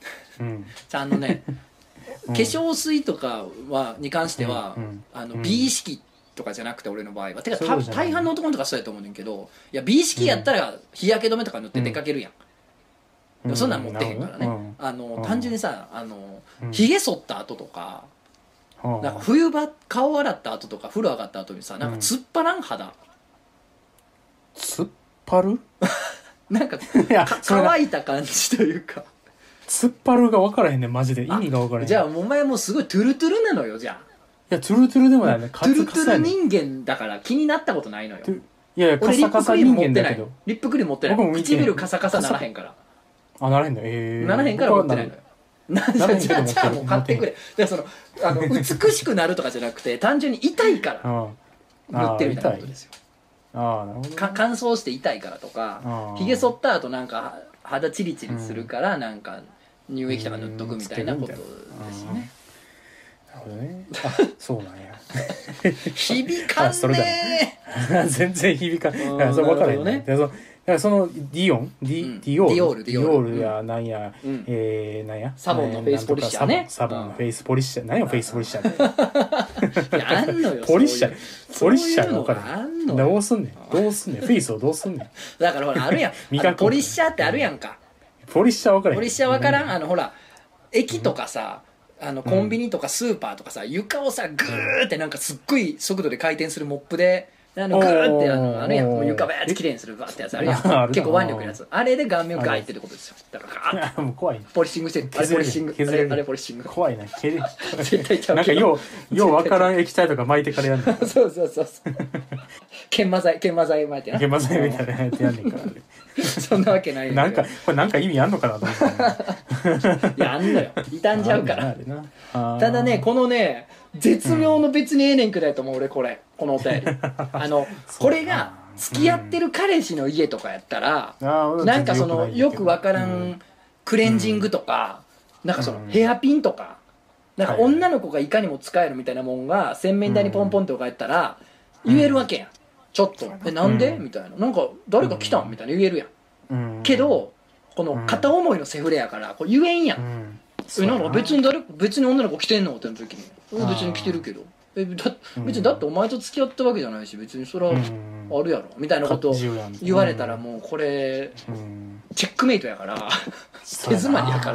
化粧水とかに関しては、美意識とかじゃなくて、俺の場合はてか大半の男とかそうやと思うねんけど、いや美意識やったら日焼け止めとか塗って出かけるやん、でもそんなん持ってへんからね、単純にさ、ひげ剃った後とか、なんか冬場顔洗った後とか風呂上がった後にさ、なんか突っ張らん肌、 突っ張るなんか乾いた感じというか、 突っ張るが分からへんねん、マジで意味が分からへん。 じゃあお前もうすごいトゥルトゥルなのよ。じゃあいやトゥルトゥルでもないね、 トゥルトゥル人間だから気になったことないのよ。 いやカサカサ人間だけど、 リップクリーム持ってない。唇カサカサならへんから。 ならへんの。 ならへんから持ってないのよ。じゃあもう買ってくれ。だから美しくなるとかじゃなくて、単純に痛いから塗ってるみたいなことですよ。 なるほど。 乾燥して痛いからとか、ひげ剃った後なんか肌チリチリするからなんか乳液とか塗っとくみたいなことですね。 なるほどね。そうなんや。 響かんねー。全然響かん。そう分からへんね。だからそのディオールやなんや、なんやサボンのフェイスポリッシャーね。 サボンのフェイスポリッシャー、何やフェイスポリッシャーって。 あんのよ。 ポリッシャーが分からへん。どうすんねん。フェイスをどうすんねん。 だからほらあるやん。ポリッシャーってあるやんか。 ポリッシャー分からへん。 ポリッシャー分からん。ほら駅とかさ、コンビニとかスーパーとかさ、床をさグーってなんかすっごい速度で回転するモップでグーってあるやん、もう床バーってきれいにするバーってやつあるやん、結構腕力のやつ、あれで顔面が入ってることですよ。だからガーッもう怖い、 ポリッシングしてる。あれポリッシング、あれポリッシング怖いな。 絶対ちゃう。 なんかよう分からん液体とか巻いてからやんの。 そう研磨剤巻いてな、 研磨剤みたいなやつやんねんから。 そんなわけないよ。 なんかこれなんか意味あんのかなと思って。 いやあんのよ、傷んじゃうから。ただね、このね絶妙の別にええねんくらいと思う俺、このお便りこれが付き合ってる彼氏の家とかやったら、なんかそのよくわからんクレンジングとか、なんかそのヘアピンとか、なんか女の子がいかにも使えるみたいなもんが洗面台にポンポンって置かれたら言えるわけやん。ちょっとなんでみたいな、なんか誰か来たんみたいな言えるやん。けどこの片思いのセフレやからこれ言えんやん。なんか別に女の子来てんのっての時に別に来てるけど、別にだってお前と付き合ったわけじゃないし、別にそれはあるやろみたいなことを言われたら、もうこれチェックメイトやから手詰まりやから、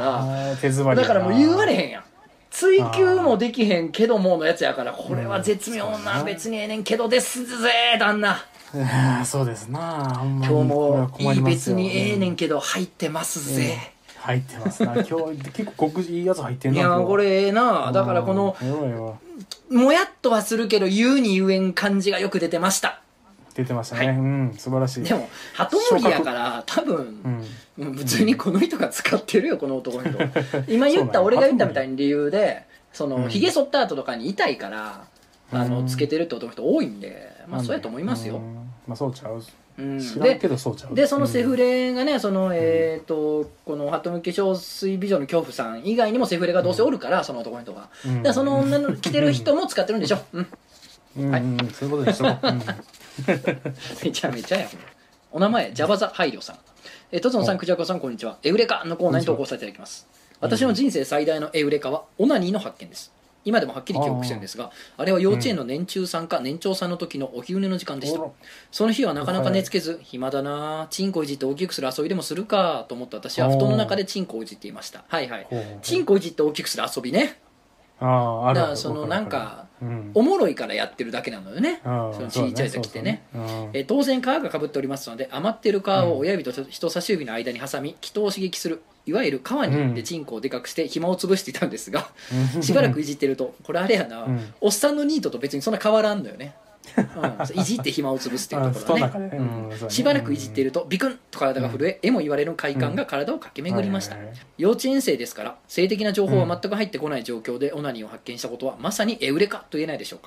だからもう言われへんやん。追求もできへんけどものやつやから、これは絶妙な別にええねんけどですぜ旦那。 そうですな。 今日もいい別にええねんけど入ってますぜ。 入ってますな。今日結構いいやつ入ってんな。 いやこれええな。だからこのもやっとはするけど言うに言えん感じがよく出てました。 出てましたね。素晴らしい。 でも鳩森やから多分普通にこの人が使ってるよ、この男の人。今言った俺が言ったみたいに理由で、そのひげ剃った後とかに痛いからつけてるって男の人多いんで、まあそうやと思いますよ。 まあそうちゃう。知らんけどそうちゃう。 でそのセフレがね、そのこの鳩向化粧水美女の恐怖さん以外にもセフレがどうせおるから、その男の人が。でその女の着てる人も使ってるんでしょ。 はい、そういうことでしょ。 めちゃめちゃや。お名前ジャバザハイリョさん、とつのさん、クジャコさん、こんにちは。エウレカのコーナーに投稿させていただきます。私の人生最大のエウレカはオナニーの発見です。今でもはっきり記憶してるんですが、あれは幼稚園の年中さんか年長さんの時のお昼寝の時間でした。その日はなかなか寝つけず、暇だな、チンコいじって大きくする遊びでもするかと思った私は布団の中でチンコをいじっていました。はいはい、チンコいじって大きくする遊びね。だからそのなんかおもろいからやってるだけなのよね、そのちっちゃい時ってね。当然皮がかぶっておりますので、余っている皮を親指と人差し指の間に挟み気筒を刺激する、いわゆる皮にでチンコをでかくして暇を潰していたんですが、しばらくいじってると、これあれやな、おっさんのニートと別にそんな変わらんのよね。いじって暇を潰すっていうところはね。しばらくいじっているとビクンと体が震え、えも言われる快感が体を駆け巡りました。幼稚園生ですから性的な情報は全く入ってこない状況でオナニーを発見したことはまさにエウレカと言えないでしょうか。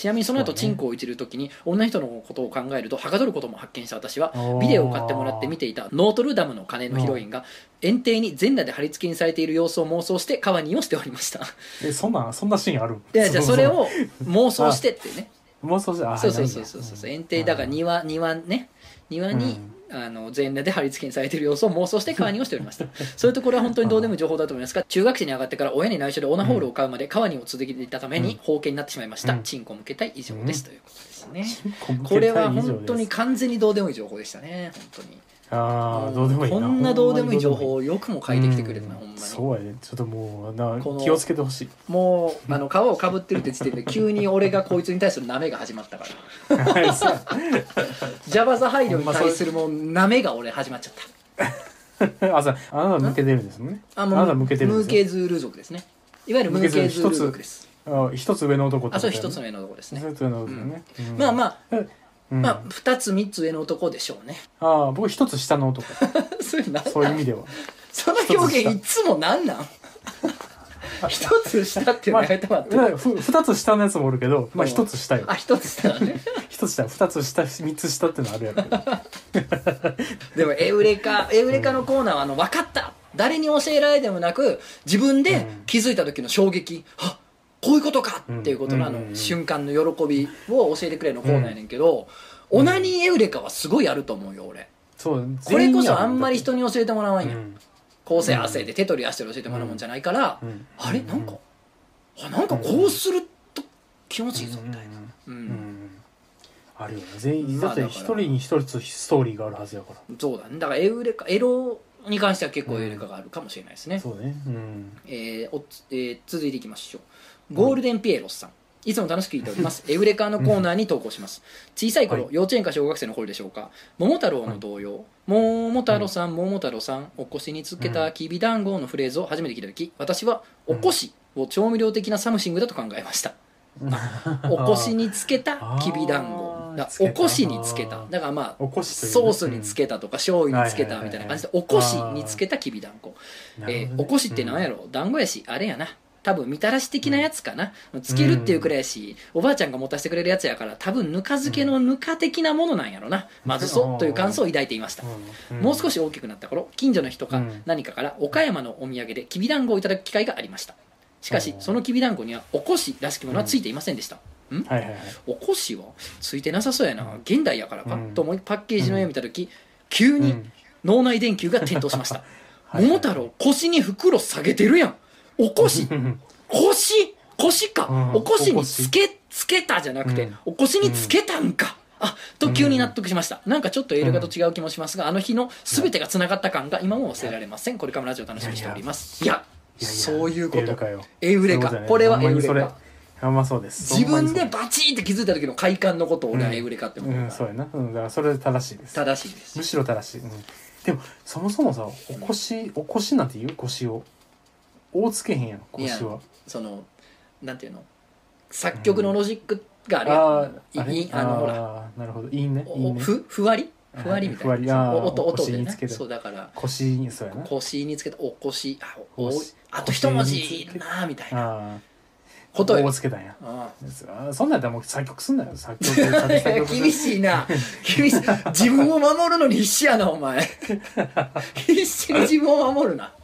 ちなみにその後チンコをいじる時に女の人のことを考えるとはかどることも発見した私は、ビデオを買ってもらって見ていたノートルダムの鐘のヒロインが園庭に全裸で貼り付けにされている様子を妄想してカワニーをしておりました。 そんなシーンある？ いや、じゃあそれを妄想してっていうね。 妄想して、 そう園庭だから庭に、全裸で貼り付けにされている様子を妄想してカワニーをしておりました。そういうところは本当にどうでもいい情報だと思いますが、中学生に上がってから親に内緒でオナホールを買うまでカワニーを続けていたために封建になってしまいました。チンコ向けたい以上です、ということですね。これは本当に完全にどうでもいい情報でしたね、本当に。 どうでもいいな。 こんなどうでもいい情報をよくも書いてきてくれたな、ほんまに。 そうやね。ちょっともう気をつけてほしい。 もう皮をかぶってるって時点で急に俺がこいつに対するなめが始まったから。ジャバザ配慮に対するもうなめが俺始まっちゃった。 あなた向けてるんですもんね。あなた向けてるんです。 ムーケズール族ですね。いわゆるムーケズール族です。 一つ上の男ってことね。 そう、一つ上の男ですね。 一つ上の男ね。 まあ2つ3つ上の男でしょうね。 僕一つ下の男。そういう意味では。 その表現いつもなんなん？一つ下っていうのやめてもらって。 二つ下のやつもおるけど、一つ下よ。 一つ下だね。 一つ下、二つ下、三つ下ってのあるやろ。 でもエウレカのコーナーは分かった。誰に教えられてもなく自分で気づいた時の衝撃。こういうことかっていうことの瞬間の喜びを教えてくれるのコーナーやねんけど、オナニーエウレカはすごいあると思うよ俺。これこそあんまり人に教えてもらわんやん。構成亜生で手取り足取り教えてもらうもんじゃないから、あれなんかこうすると気持ちいいぞみたいな。 あるよね。全員だって一人に一つストーリーがあるはずやから。 そうだね。だからエロに関しては結構エウレカがあるかもしれないですね。 そうね。 続いていきましょう。ゴールデンピエロスさん、いつも楽しく聞いております。エウレカのコーナーに投稿します。小さい頃、幼稚園か小学生の頃でしょうか、桃太郎の童謡、桃太郎さん桃太郎さんお腰につけたきびだんごのフレーズを初めて聞いた時、私はお腰を調味料的なサムシングだと考えました。お腰につけたきびだんご、お腰につけた、だからソースにつけたとか醤油につけたみたいな感じでお腰につけたきびだんご。お腰って何やろ、団子やしあれやな、多分みたらし的なやつかな、つけるっていうくらいやし、おばあちゃんが持たせてくれるやつやから多分ぬか漬けのぬか的なものなんやろな、まずそうという感想を抱いていました。もう少し大きくなった頃、近所の人か何かから岡山のお土産できびだんごをいただく機会がありました。しかしそのきびだんごにはおこしらしきものはついていませんでした。おこしはついてなさそうやな、現代やからかと思いパッケージの絵を見た時、急に脳内電球が点灯しました。桃太郎腰に袋下げてるやん、おこし腰か、お腰につけたじゃなくて、お腰につけたんか、と急に納得しました。なんかちょっとエウレカと違う気もしますが、あの日の全てがつながった感が今も忘れられません。これからもラジオ楽しみにしております。いやそういうこと、エウレカ、これはエウレカ。 そうです。 自分でバチーって気づいた時の快感のことを俺はエウレカって思う。 そうやな。だからそれ正しいです。 正しいです。 むしろ正しい。でもそもそもさ、お腰なんて言う？腰をつけへんやん、腰は。 そのなんていうの、作曲のロジックがあるやん。ほら、 なるほど、いいね。 ふわりみたいな音でね。そうだから腰にそうやな。 腰につけたお腰、あと一文字なみたいなことをつけたんや。そんなんやったらもう作曲すんなよ。作曲厳しいな。厳しい。自分を守るのに必死やなお前。必死に自分を守るな。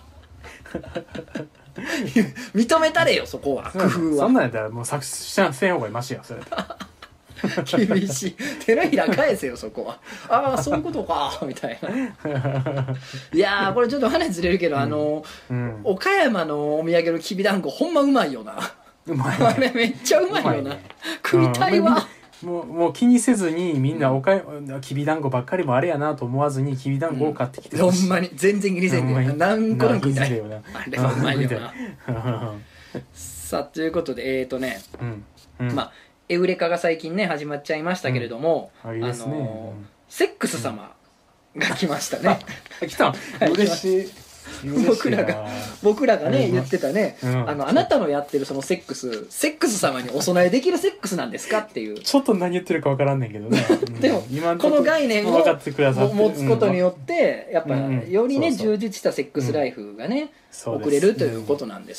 認めたれよそこは、工夫は。 そんなんやったらもう作詞せん方がマシやそれ。 厳しい。手のひら返せよそこは。そういうことかみたいな。いやこれちょっと話ずれるけど、岡山のお土産のきびだんごほんまうまいよな。あれめっちゃうまいよな。食いたいわ。 もう気にせずにみんなきびだんごばっかりもあれやなと思わずにきびだんごを買ってきてほんまに全然気にせんで何個でも食いたい。あれはうまいよな。さあということでまあエウレカが最近ね始まっちゃいましたけれども、セックス様が来ましたね。 来た。嬉しい。 僕らがね言ってたね、あなたのやってるそのセックス様にお供えできるセックスなんですかっていう。 ちょっと何言ってるか分からんねんけどね。 でもこの概念を持つことによってやっぱよりね充実したセックスライフがね送れるということなんですよ。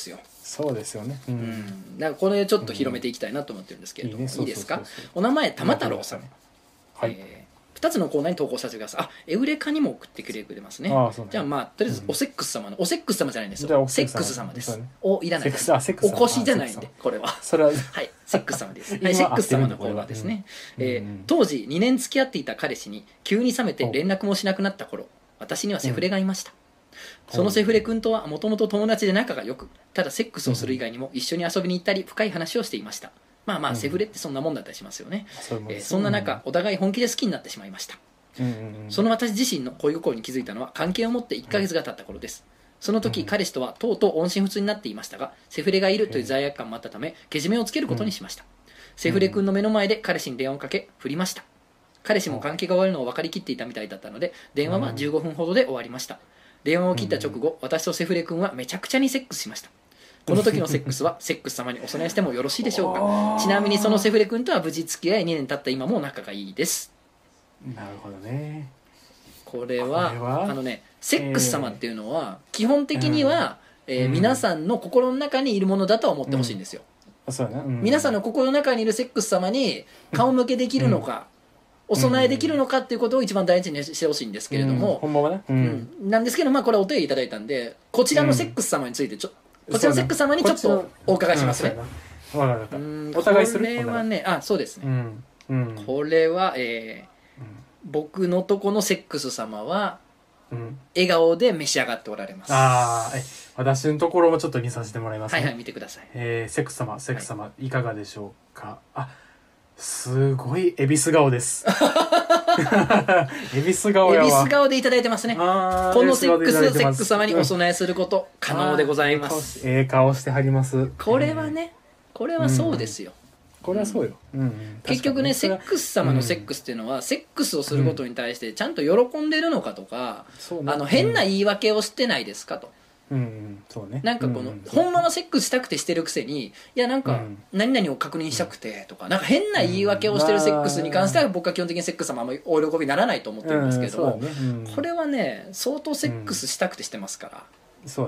そうですよね。 なんかこれちょっと広めていきたいなと思ってるんですけれども、いいですか。お名前玉太郎さん。はい。2つのコーナーに投稿させてください。あ、エウレカにも送ってくれますね。じゃあまあとりあえずおセックス様の、おセックス様じゃないんですよ。セックス様です。おいらない。お越しじゃないんでこれは。それははいセックス様です。はいセックス様のコーナーですね。当時2年付き合っていた彼氏に急に冷めて連絡もしなくなった頃、私にはセフレがいました。そのセフレ君とはもともと友達で仲が良く、ただセックスをする以外にも一緒に遊びに行ったり深い話をしていました。まあまあセフレってそんなもんだったりしますよね。そんな中お互い本気で好きになってしまいました。その私自身の恋心に気づいたのは関係を持って1ヶ月が経った頃です。その時彼氏とはとうとう音信不通になっていましたが、セフレがいるという罪悪感もあったためけじめをつけることにしました。セフレ君の目の前で彼氏に電話をかけ振りました。彼氏も関係が終わるのを分かりきっていたみたいだったので電話は15分ほどで終わりました。電話を切った直後、私とセフレ君はめちゃくちゃにセックスしました。この時のセックスはセックス様にお供えしてもよろしいでしょうか。ちなみにそのセフレ君とは無事付き合い2年経った今も仲がいいです。 なるほどね。 これはセックス様っていうのは基本的には、皆さんの心の中にいるものだとは思ってほしいんですよ。皆さんの心の中にいるセックス様に顔向けできるのか、お供えできるのかっていうことを一番大事にしてほしいんですけれども、なんですけど、まあこれお手入れいただいたんで、こちらのセックス様についてこちらのセックス様にちょっとお伺いしますね。お互いする。これはね、そうですね。これは僕のとこのセックス様は笑顔で召し上がっておられます。 私のところもちょっと見させてもらいます。 はいはい、見てください。 セックス様いかがでしょうか。すごい恵比寿顔です。恵比寿顔やわ。 恵比寿顔でいただいてますね。このセックス様にお供えすること可能でございます。 顔してはります。 これはね、これはそうですよ。 これはそうよ。 結局ね、セックス様のセックスっていうのは、セックスをすることに対してちゃんと喜んでるのかとか、変な言い訳をしてないですかと。なんかこの、ほんまはセックスしたくてしてるくせに、いやなんか何々を確認したくてとか、なんか変な言い訳をしてるセックスに関しては僕は基本的にセックス様あんまりお喜びにならないと思ってるんですけども、これはね相当セックスしたくてしてますから、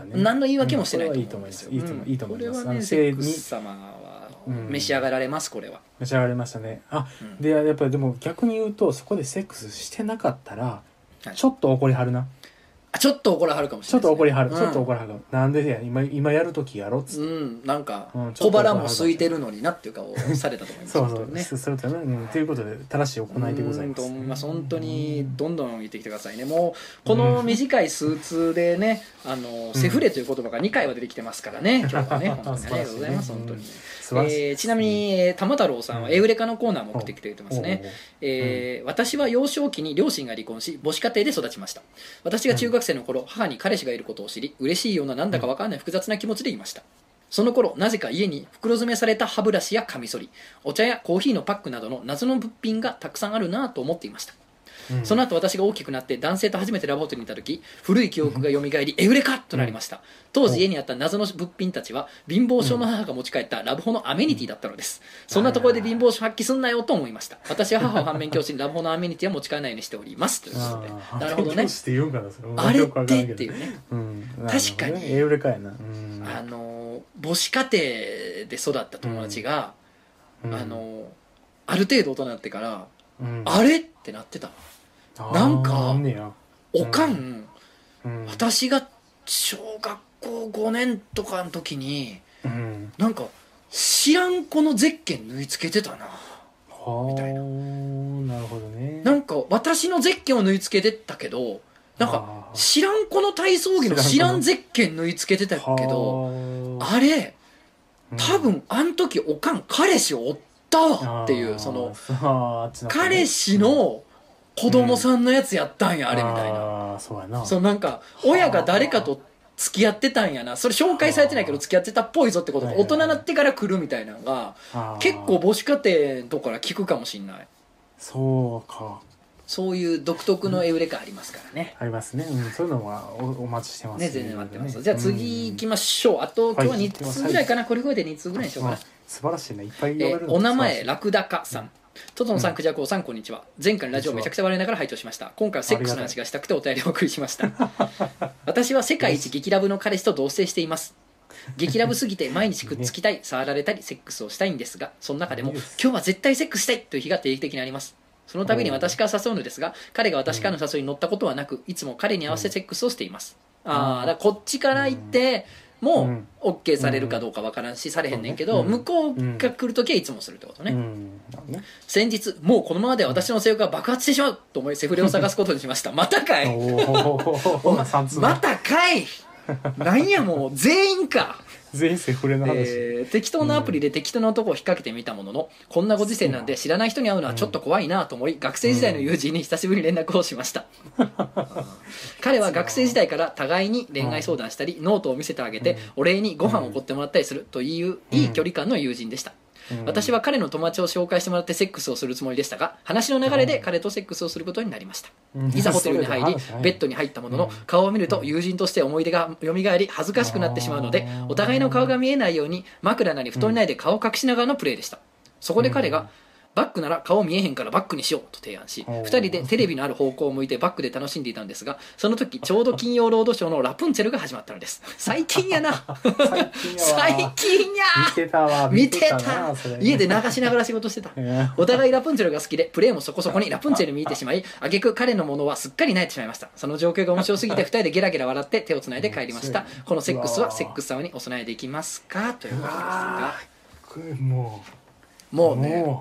何の言い訳もしてないと思うんですよ。これはねセックス様は召し上がられます。これは召し上がりましたね。でやっぱりでも逆に言うと、そこでセックスしてなかったらちょっと怒りはるな。 ちょっと怒らはるかもしれない、 ちょっと怒りはる、ちょっと怒らはる。なんでや今やるときやろっつって、 なんか小腹も空いてるのになっていう顔をされたと思います。 そうということで正しい行いでございます。 本当にどんどん言ってきてくださいね。もうこの短い数通でね、セフレという言葉が2回は出てきてますからね、今日はね。本当にありがとうございます。本当に。ちなみに玉太郎さんはエウレカのコーナーも送ってきてくれてますね。私は幼少期に両親が離婚し母子家庭で育ちました。私が中学生の頃、母に彼氏がいることを知り、嬉しいようななんだか分からない複雑な気持ちでいました。その頃なぜか家に袋詰めされた歯ブラシやカミソリ、お茶やコーヒーのパックなどの謎の物品がたくさんあるなぁと思っていました。その後私が大きくなって男性と初めてラブホテルにいた時、古い記憶が蘇りエウレカとなりました。当時家にあった謎の物品たちは貧乏症の母が持ち帰ったラブホのアメニティだったのです。そんなところで貧乏症発揮すんなよと思いました。私は母を反面教師にラブホのアメニティは持ち帰らないようにしておりますということで。なるほどね。あれってっていうね。確かにエウレカやな。 母子家庭で育った友達がある程度大人になってからあれってなってた。なんかおかん、私が小学校5年とかの時になんか知らん子のゼッケン縫い付けてたなみたいな。 なるほどね。 なんか私のゼッケンを縫い付けてたけど、なんか知らん子の体操着の知らんゼッケン縫い付けてたけど、あれ多分あん時おかん彼氏おったわっていう、その彼氏の子供さんのやつやったんやあれみたいな。そうなんか親が誰かと付き合ってたんやな、それ紹介されてないけど付き合ってたっぽいぞってことが大人になってから来るみたいなのが結構母子家庭のとこから聞くかもしんない。 そうか。 そういう独特のエウレカありますからね。 ありますね。そういうのはお待ちしてますね。 全然待ってます。じゃあ次行きましょう。あと今日は2通ぐらいかな。これ増えて2通ぐらいにしようかな。 素晴らしいね。いっぱい読めるの。 お名前ラクダカさん。トトンさん、クジャコウさん、こんにちは。前回のラジオめちゃくちゃ笑いながら拝聴しました。今回はセックスの話がしたくてお便りをお送りしました。私は世界一激ラブの彼氏と同棲しています。 激ラブすぎて毎日くっつきたい、触られたりセックスをしたいんですが、その中でも今日は絶対セックスしたいという日が定期的にあります。その度に私から誘うのですが、彼が私からの誘いに乗ったことはなく、いつも彼に合わせてセックスをしています。だからこっちから行っても OK されるかどうかわからんし、されへんねんけど、向こうが来るときはいつもするってことね。先日、もうこのままでは私の性欲が爆発してしまうと思い、セフレを探すことにしました。またかいまたかいなんやもう全員か。 全員セフレの話、 適当なアプリで適当な男を引っ掛けてみたものの、こんなご時世なんで知らない人に会うのはちょっと怖いなと思い、学生時代の友人に久しぶりに連絡をしました。彼は学生時代から互いに恋愛相談したり、ノートを見せてあげてお礼にご飯をおごってもらったりするといういい距離感の友人でした。私は彼の友達を紹介してもらってセックスをするつもりでしたが、話の流れで彼とセックスをすることになりました。いざホテルに入りベッドに入ったものの、顔を見ると友人として思い出が蘇り恥ずかしくなってしまうので、お互いの顔が見えないように枕なり布団内で顔を隠しながらのプレーでした。そこで彼がバックなら顔見えへんからバックにしようと提案し、2人でテレビのある方向を向いてバックで楽しんでいたんですが、その時ちょうど金曜ロードショーのラプンツェルが始まったのです。最近やな最近や見てた家で流しながら仕事してた。お互いラプンツェルが好きで、プレーもそこそこにラプンツェル見てしまい、挙句彼のものはすっかり泣いてしまいました。その状況が面白すぎて2人でゲラゲラ笑って手をつないで帰りました。このセックスはセックス様にお供えできますかということですが、 もうね、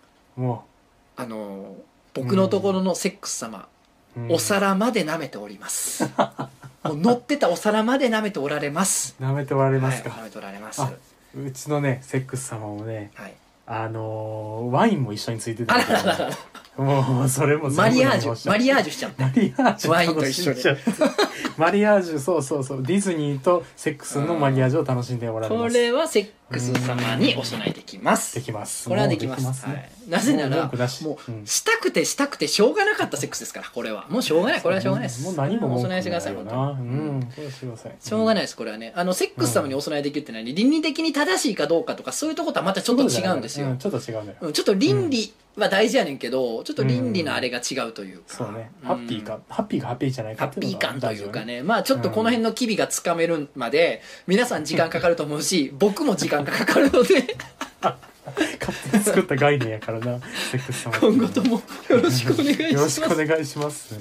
僕のところのセックス様、お皿まで舐めておりますもう乗ってたお皿まで舐めておられます。 舐めておられますか。 舐めておられます。 うちのねセックス様もね、 はい、 ワインも一緒についてたんでもうそれもマリアージュしちゃって、ワインと一緒にマリアージュ、そうディズニーとセックスのマリアージュを楽しんでおられます。 これはセックス様にお供えできます。 できます。 これはできます。はい、なぜならもうしたくてしょうがなかったセックスですから。これはもうしょうがない。これはしょうがないです。 もう何もお供えしてください。本当に。しょうがないです。これはね、セックス様にお供えできるって何、倫理的に正しいかどうかとかそういうところとはまたちょっと違うんですよ。 ちょっと違うね。 ちょっと倫理は大事やねんけど、ちょっと倫理のあれが違うというか、 そうね、ハッピーじゃないかハッピー感というかね、まあちょっとこの辺の機微がつかめるまで皆さん時間かかると思うし僕も時間がかかるので勝手に作った概念やからなセックス様。 今後ともよろしくお願いします。 よろしくお願いします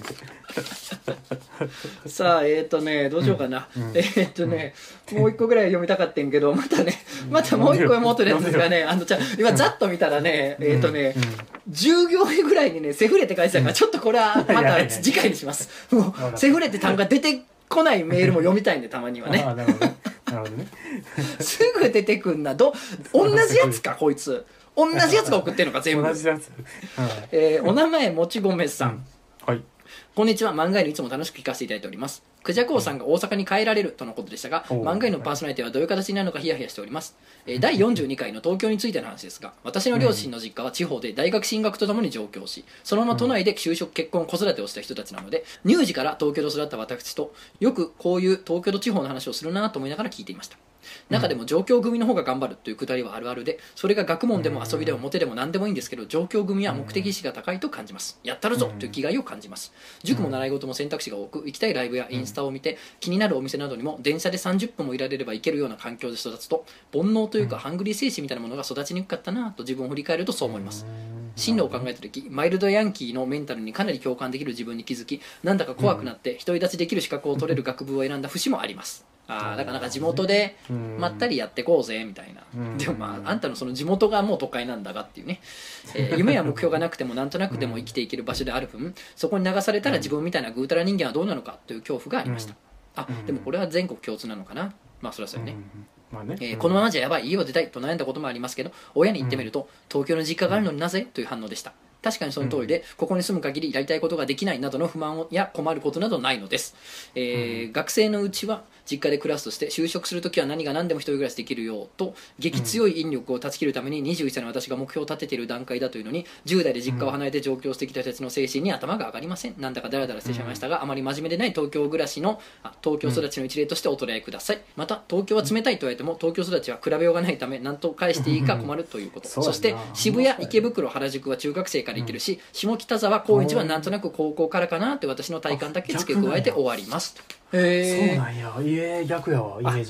さあどうしようかな、もう一個ぐらい読みたかったんけど、またもう一個持ってるやつですがね、今ざっと見たらね、10行目ぐらいにねセフレって書いてたから、ちょっとこれはまた次回にします。もうセフレって単語が出てこないメールも読みたいんで、たまにはね。 なるほどねすぐ出てくんな。同じやつかこいつ。同じやつが送ってるのか全部。 同じやつ。 お名前もち米さん。 はい。 こんにちは。漫画犬いつも楽しく聞かせていただいております。クジャコウさんが大阪に帰られるとのことでしたが、漫画犬のパーソナリティはどういう形になるのかヒヤヒヤしております。第42回の東京についての話ですが、私の両親の実家は地方で大学進学とともに上京し、そのまま都内で就職結婚子育てをした人たちなので、乳児から東京で育った私とよくこういう東京と地方の話をするなと思いながら聞いていました。中でも上京組の方が頑張るというくだりはあるあるで、それが学問でも遊びでもモテでも何でもいいんですけど、上京組は目的意識が高いと感じます。やったるぞという気概を感じます。塾も習い事も選択肢が多く、行きたいライブやインスタを見て気になるお店などにも電車で30分もいられれば行けるような環境で育つと、煩悩というかハングリー精神みたいなものが育ちにくかったなと自分を振り返るとそう思います。進路を考えた時、マイルドヤンキーのメンタルにかなり共感できる自分に気づき、なんだか怖くなって独り立ちできる資格を取れる学部を選んだ節もあります。だからなんか地元でまったりやってこうぜみたいな。でもあんたのその地元がもう都会なんだがっていうね、夢や目標がなくてもなんとなくでも生きていける場所である分、そこに流されたら自分みたいなぐうたら人間はどうなのかという恐怖がありました。でもこれは全国共通なのかな。まあそれはそうよね。このままじゃやばい、家を出たいと悩んだこともありますけど、親に言ってみると、東京の実家があるのになぜという反応でした。確かにその通りで、ここに住む限りやりたいことができないなどの不満や困ることなどないのです。学生のうちは実家で暮らすとして、就職するときは何が何でも一人暮らしできるようと激強い引力を断ち切るために21歳の私が目標を立てている段階だというのに、10代で実家を離れて上京してきた人たちの精神に頭が上がりません。なんだかダラダラしてしまいましたが、あまり真面目でない東京育ちの一例としてお捉えください。また東京は冷たいと言われても東京育ちは比べようがないため、何と返していいか困るということ。そして渋谷、池袋、原宿は中学生から行けるし、下北沢、高円寺はなんとなく高校からかなって私の体感だけ付け加えて終わります。 そうなんや。逆やわ、イメージが。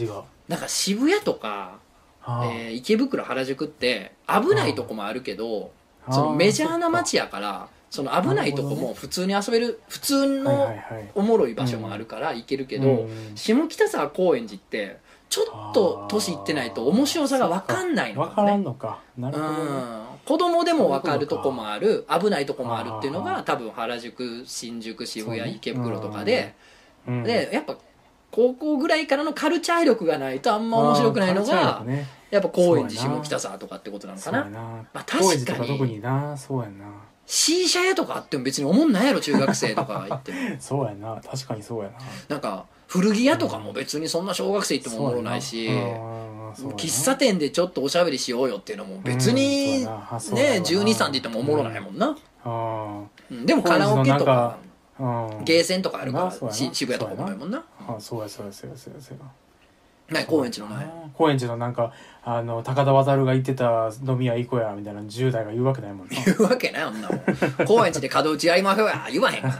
なんか渋谷とか、池袋原宿って危ないとこもあるけど、そのメジャーな街やから、その危ないとこも普通に遊べる、普通のおもろい場所もあるから行けるけど、下北沢高円寺ってちょっと年いってないと面白さが分かんないのかもね。分からんのか。なるほどね。 子供でも分かるとこもある、危ないとこもあるっていうのが多分原宿、新宿、渋谷、池袋とかで、でやっぱ高校ぐらいからのカルチャー力がないとあんま面白くないのが、やっぱ高円寺、下北沢とかってことなのかな。まあ確かに特にな、そうやな。 シーシャ屋とかあっても別に思んないやろ、中学生とか行っても。 そうやな、確かにそうやな。 なんか古着屋とかも別にそんな小学生行ってもおもろないし、喫茶店でちょっとおしゃべりしようよっていうのも別にね、12、3で言ってもおもろないもんな。でもカラオケとかゲーセンとかあるから渋谷とかもないもんな。 そうやそうやそうやそうや。 高円寺のね、 高円寺のなんか高田渡が言ってた飲み屋行こうやみたいな10代が言うわけないもんな。 言うわけない女もん。高円寺で角打ちやりましょうや言わへん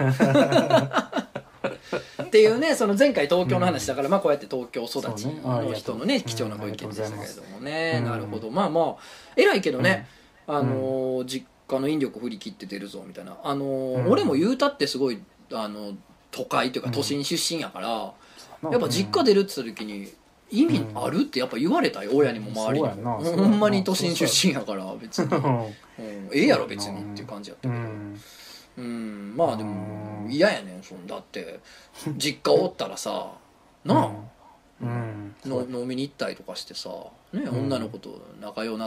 っていうね、その前回東京の話だから、まあこうやって東京育ちの人のね貴重なご意見でしたけれどもね。なるほど。まあまあ偉いけどね、実家の引力振り切って出るぞみたいな。俺も言うたってすごい都会というか都心出身やから、やっぱ実家出るって言った時に意味あるってやっぱ言われたよ、親にも周りにも。ほんまに都心出身やから別にええやろ別にっていう感じやったけど、まあでも嫌やねん。だって実家おったらさなあ、飲みに行ったりとかしてさ、ね、女の子と仲良くなって、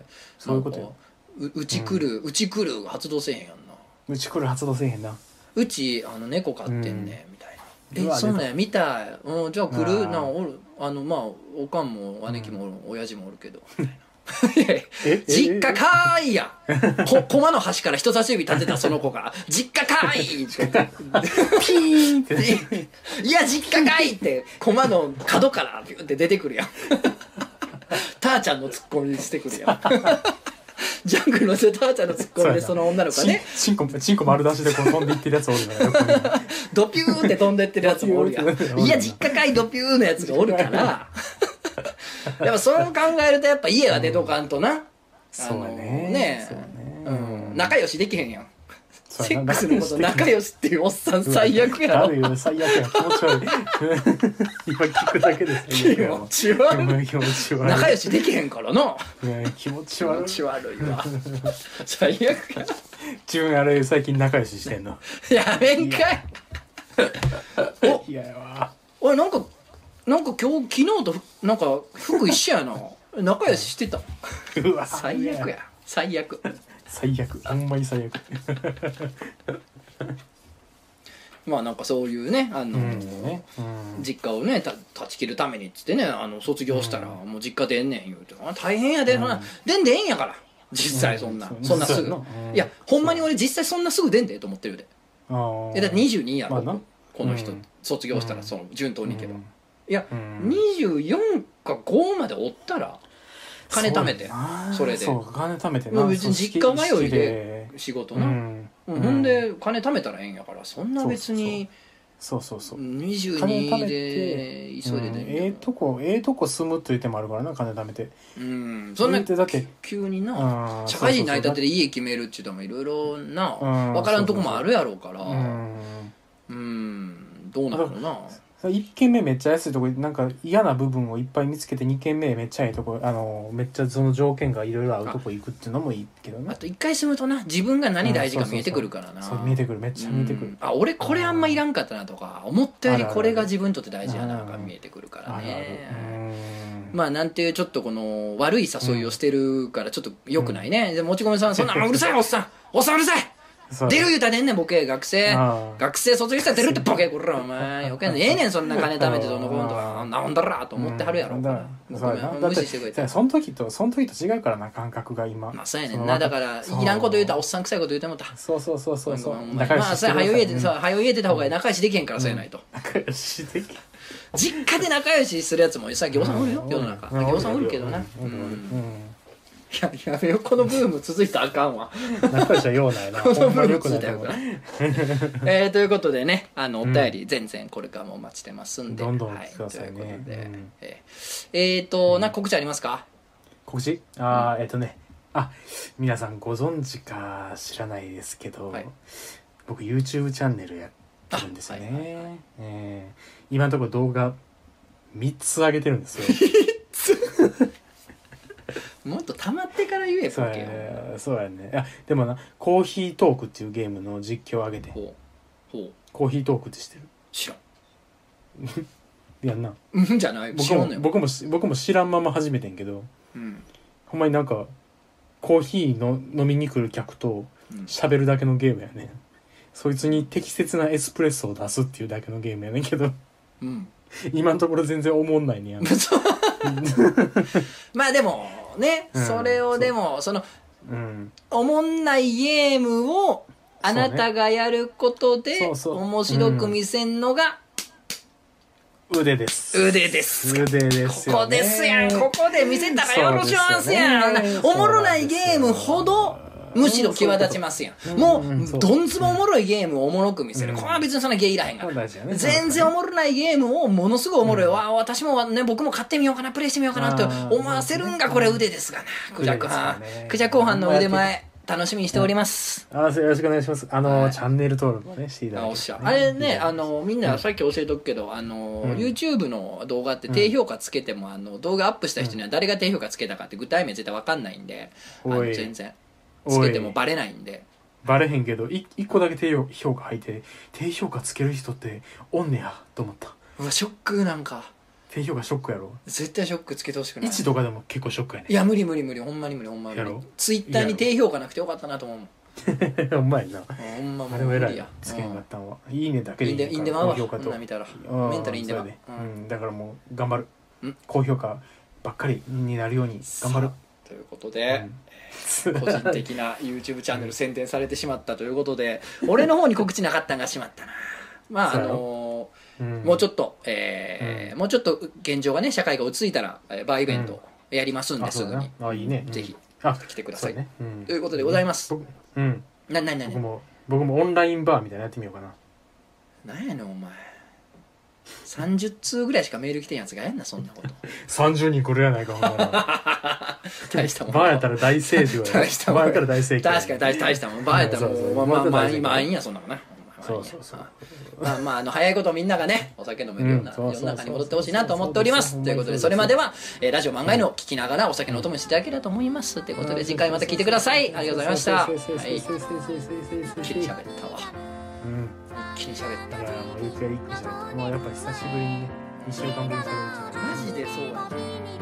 そういうことよ。 うち来る発動せえへんやんな。 うち来る発動せえへんな。 うち猫飼ってんねみたいな。そうね見たい。じゃあ来るな。おるまあおかんも姉貴もおる、親父もおるけど実家かーいや駒の端から人差し指立てたその子が実家かーいってピーンっていや実家かいって駒の角からピュって出てくるやんターちゃんのツッコミしてくるやんジャングルのターちゃんのツッコミでその女の子ねチンコ丸出しでこう飛んでいってるやつおるのよドピューって飛んでってるやつもおるやんいや実家かいドピューのやつがおるからやっぱそう考えるとやっぱ家は出とかんとな、仲良しできへんやん。セックスのこと仲良しっていうおっさん最悪やろ。 あるよ最悪や気持ち悪い今聞くだけで気持ち悪い仲良しできへんからな。 気持ち悪いわ最悪や。 自分あれ最近仲良ししてんのやめんかいおいやわおいなんか今日昨日となんか服一緒やな仲良ししてたうわ最悪や最悪ほんまに最悪まあなんかそういうね実家をね断ち切るためにっつってね卒業したらもう実家出んねん言うて大変やで出んでええんやから実際そんなすぐいやほんまに俺実際そんなすぐ出んでと思ってるでだって22やろこの人卒業したらその順当にいけばいや、24か5までおったら金貯めてそれでそう金貯めてな別に実家通いで仕事なほんで金貯めたらええんやからそんな別にそう 22で急いでねええとこ住むという手もあるからな金貯めてそんな急にな社会人になりたてで家決めるって言ってもいろいろな分からんとこもあるやろうからどうなのな 1軒目めっちゃ安いとこなんか嫌な部分をいっぱい見つけて2軒目めっちゃいいとこめっちゃその条件がいろいろ合うとこ行くっていうのもいいけどねあと1回住むとな自分が何大事か見えてくるからな見えてくるめっちゃ見えてくる俺これあんまいらんかったなとか思ったよりこれが自分にとって大事やなとか見えてくるからねまあなんていうちょっとこの悪い誘いをしてるからちょっと良くないねでもち米さんそんなうるさいおっさんうるさい出る言うたらねんねんボケ学生卒業したら出るってボケこらお前余計なええねんそんな金貯めてどのこんとかなんだらと思ってはるやろ無視してくれてその時と違うからな感覚が今まあそうやねんなだからいらんこと言うたらおっさん臭いこと言うてもたそうまあそれ早言えてた方が仲良しできへんからそうやないと仲良しでき実家で仲良しするやつもさ餃子おるよ世の中餃子おるけどなやめよこのブーム続いたらあかんわ仲良しはようないなこのブーム続いたらよくないということでねお便り全然これからもお待ちしてますんでどんどんくださいねなんか告知ありますか？ 告知皆さんご存知か知らないですけど、僕 YouTube チャンネルやってるんですよね。今のところ動画3つ上げてるんですよ。 もっと溜まってから言えばそうやね。いやでもな、コーヒートークっていうゲームの実況を上げて。コーヒートークって知ってる？ 知らん。 やんな。 じゃない。知らんのよ。 僕も知らんまま始めてんけど、ほんまになんかコーヒーの飲みに来る客と喋るだけのゲームやね。そいつに適切なエスプレッソを出すっていうだけのゲームやねんけど、今のところ全然おもんないねやん。 まあでもね、それをでもおもんないゲームをあなたがやることで面白く見せんのが腕です。 腕ですよね。ここですやん。ここで見せたらよろしますやん。おもろないゲームほどむしろ際立ちますやん。もうどんずばおもろいゲームをおもろく見せる。これは別にそんなゲイいらへんから。全然おもろないゲームをものすごいおもろい。私もね、僕も買ってみようかな、プレイしてみようかなと思わせるんがこれ腕ですがな。クジャク班。クジャク後半の腕前。楽しみにしております。 よろしくお願いします。チャンネル登録をねしていただいて。 あれね、みんなさっき教えとくけど、YouTube の動画って低評価つけても、動画アップした人には誰が低評価つけたかって具体名絶対わかんないんで、全然つけてもバレないんで。 バレへんけど、一個だけ低評価入って低評価つける人っておんねやと思った。 うわ、ショック。なんか低評価ショックやろ。 絶対ショックつけてほしくない。 1とかでも結構ショックやね。 いや無理ほんまに無理。やろ。ツイッターに低評価なくてよかったなと思うもん。 ほんまやな。 ほんまもう無理や。つけんかったんは。いいねだけでいい。 いいんでまうわ。こんな見たらメンタルいいんでまう。 だからもう頑張る。高評価ばっかりになるように頑張る。 ということで、個人的な YouTube チャンネル宣伝されてしまったということで、俺の方に告知なかったんがしまったな。まあもうちょっと現状がね、社会が落ち着いたらバーイベントやりますんで、すぐにぜひ来てくださいということでございます。 僕もオンラインバーみたいなのやってみようかな。なんやねんお前、30通ぐらいしかメール来てんやつがやんな、そんなこと。 30人来るやないか、ほんまら。大したもん。バーやったら大盛況や。バーやったら大盛況。 確かに大したもん。バーやったらもうまあいいんや、そんなもんな。 そうまあ早いことみんながね、お酒飲めるような世の中に戻ってほしいなと思っております。ということで、それまではラジオ漫画の聞きながらお酒のお供にしていただければと思います。ということで、次回また聞いてください。ありがとうございました。一気に喋ったわ。一気に喋った。 いや、もう一回喋った。もうやっぱ久しぶりにね、2週間ぶりに喋る。 マジでそうやね。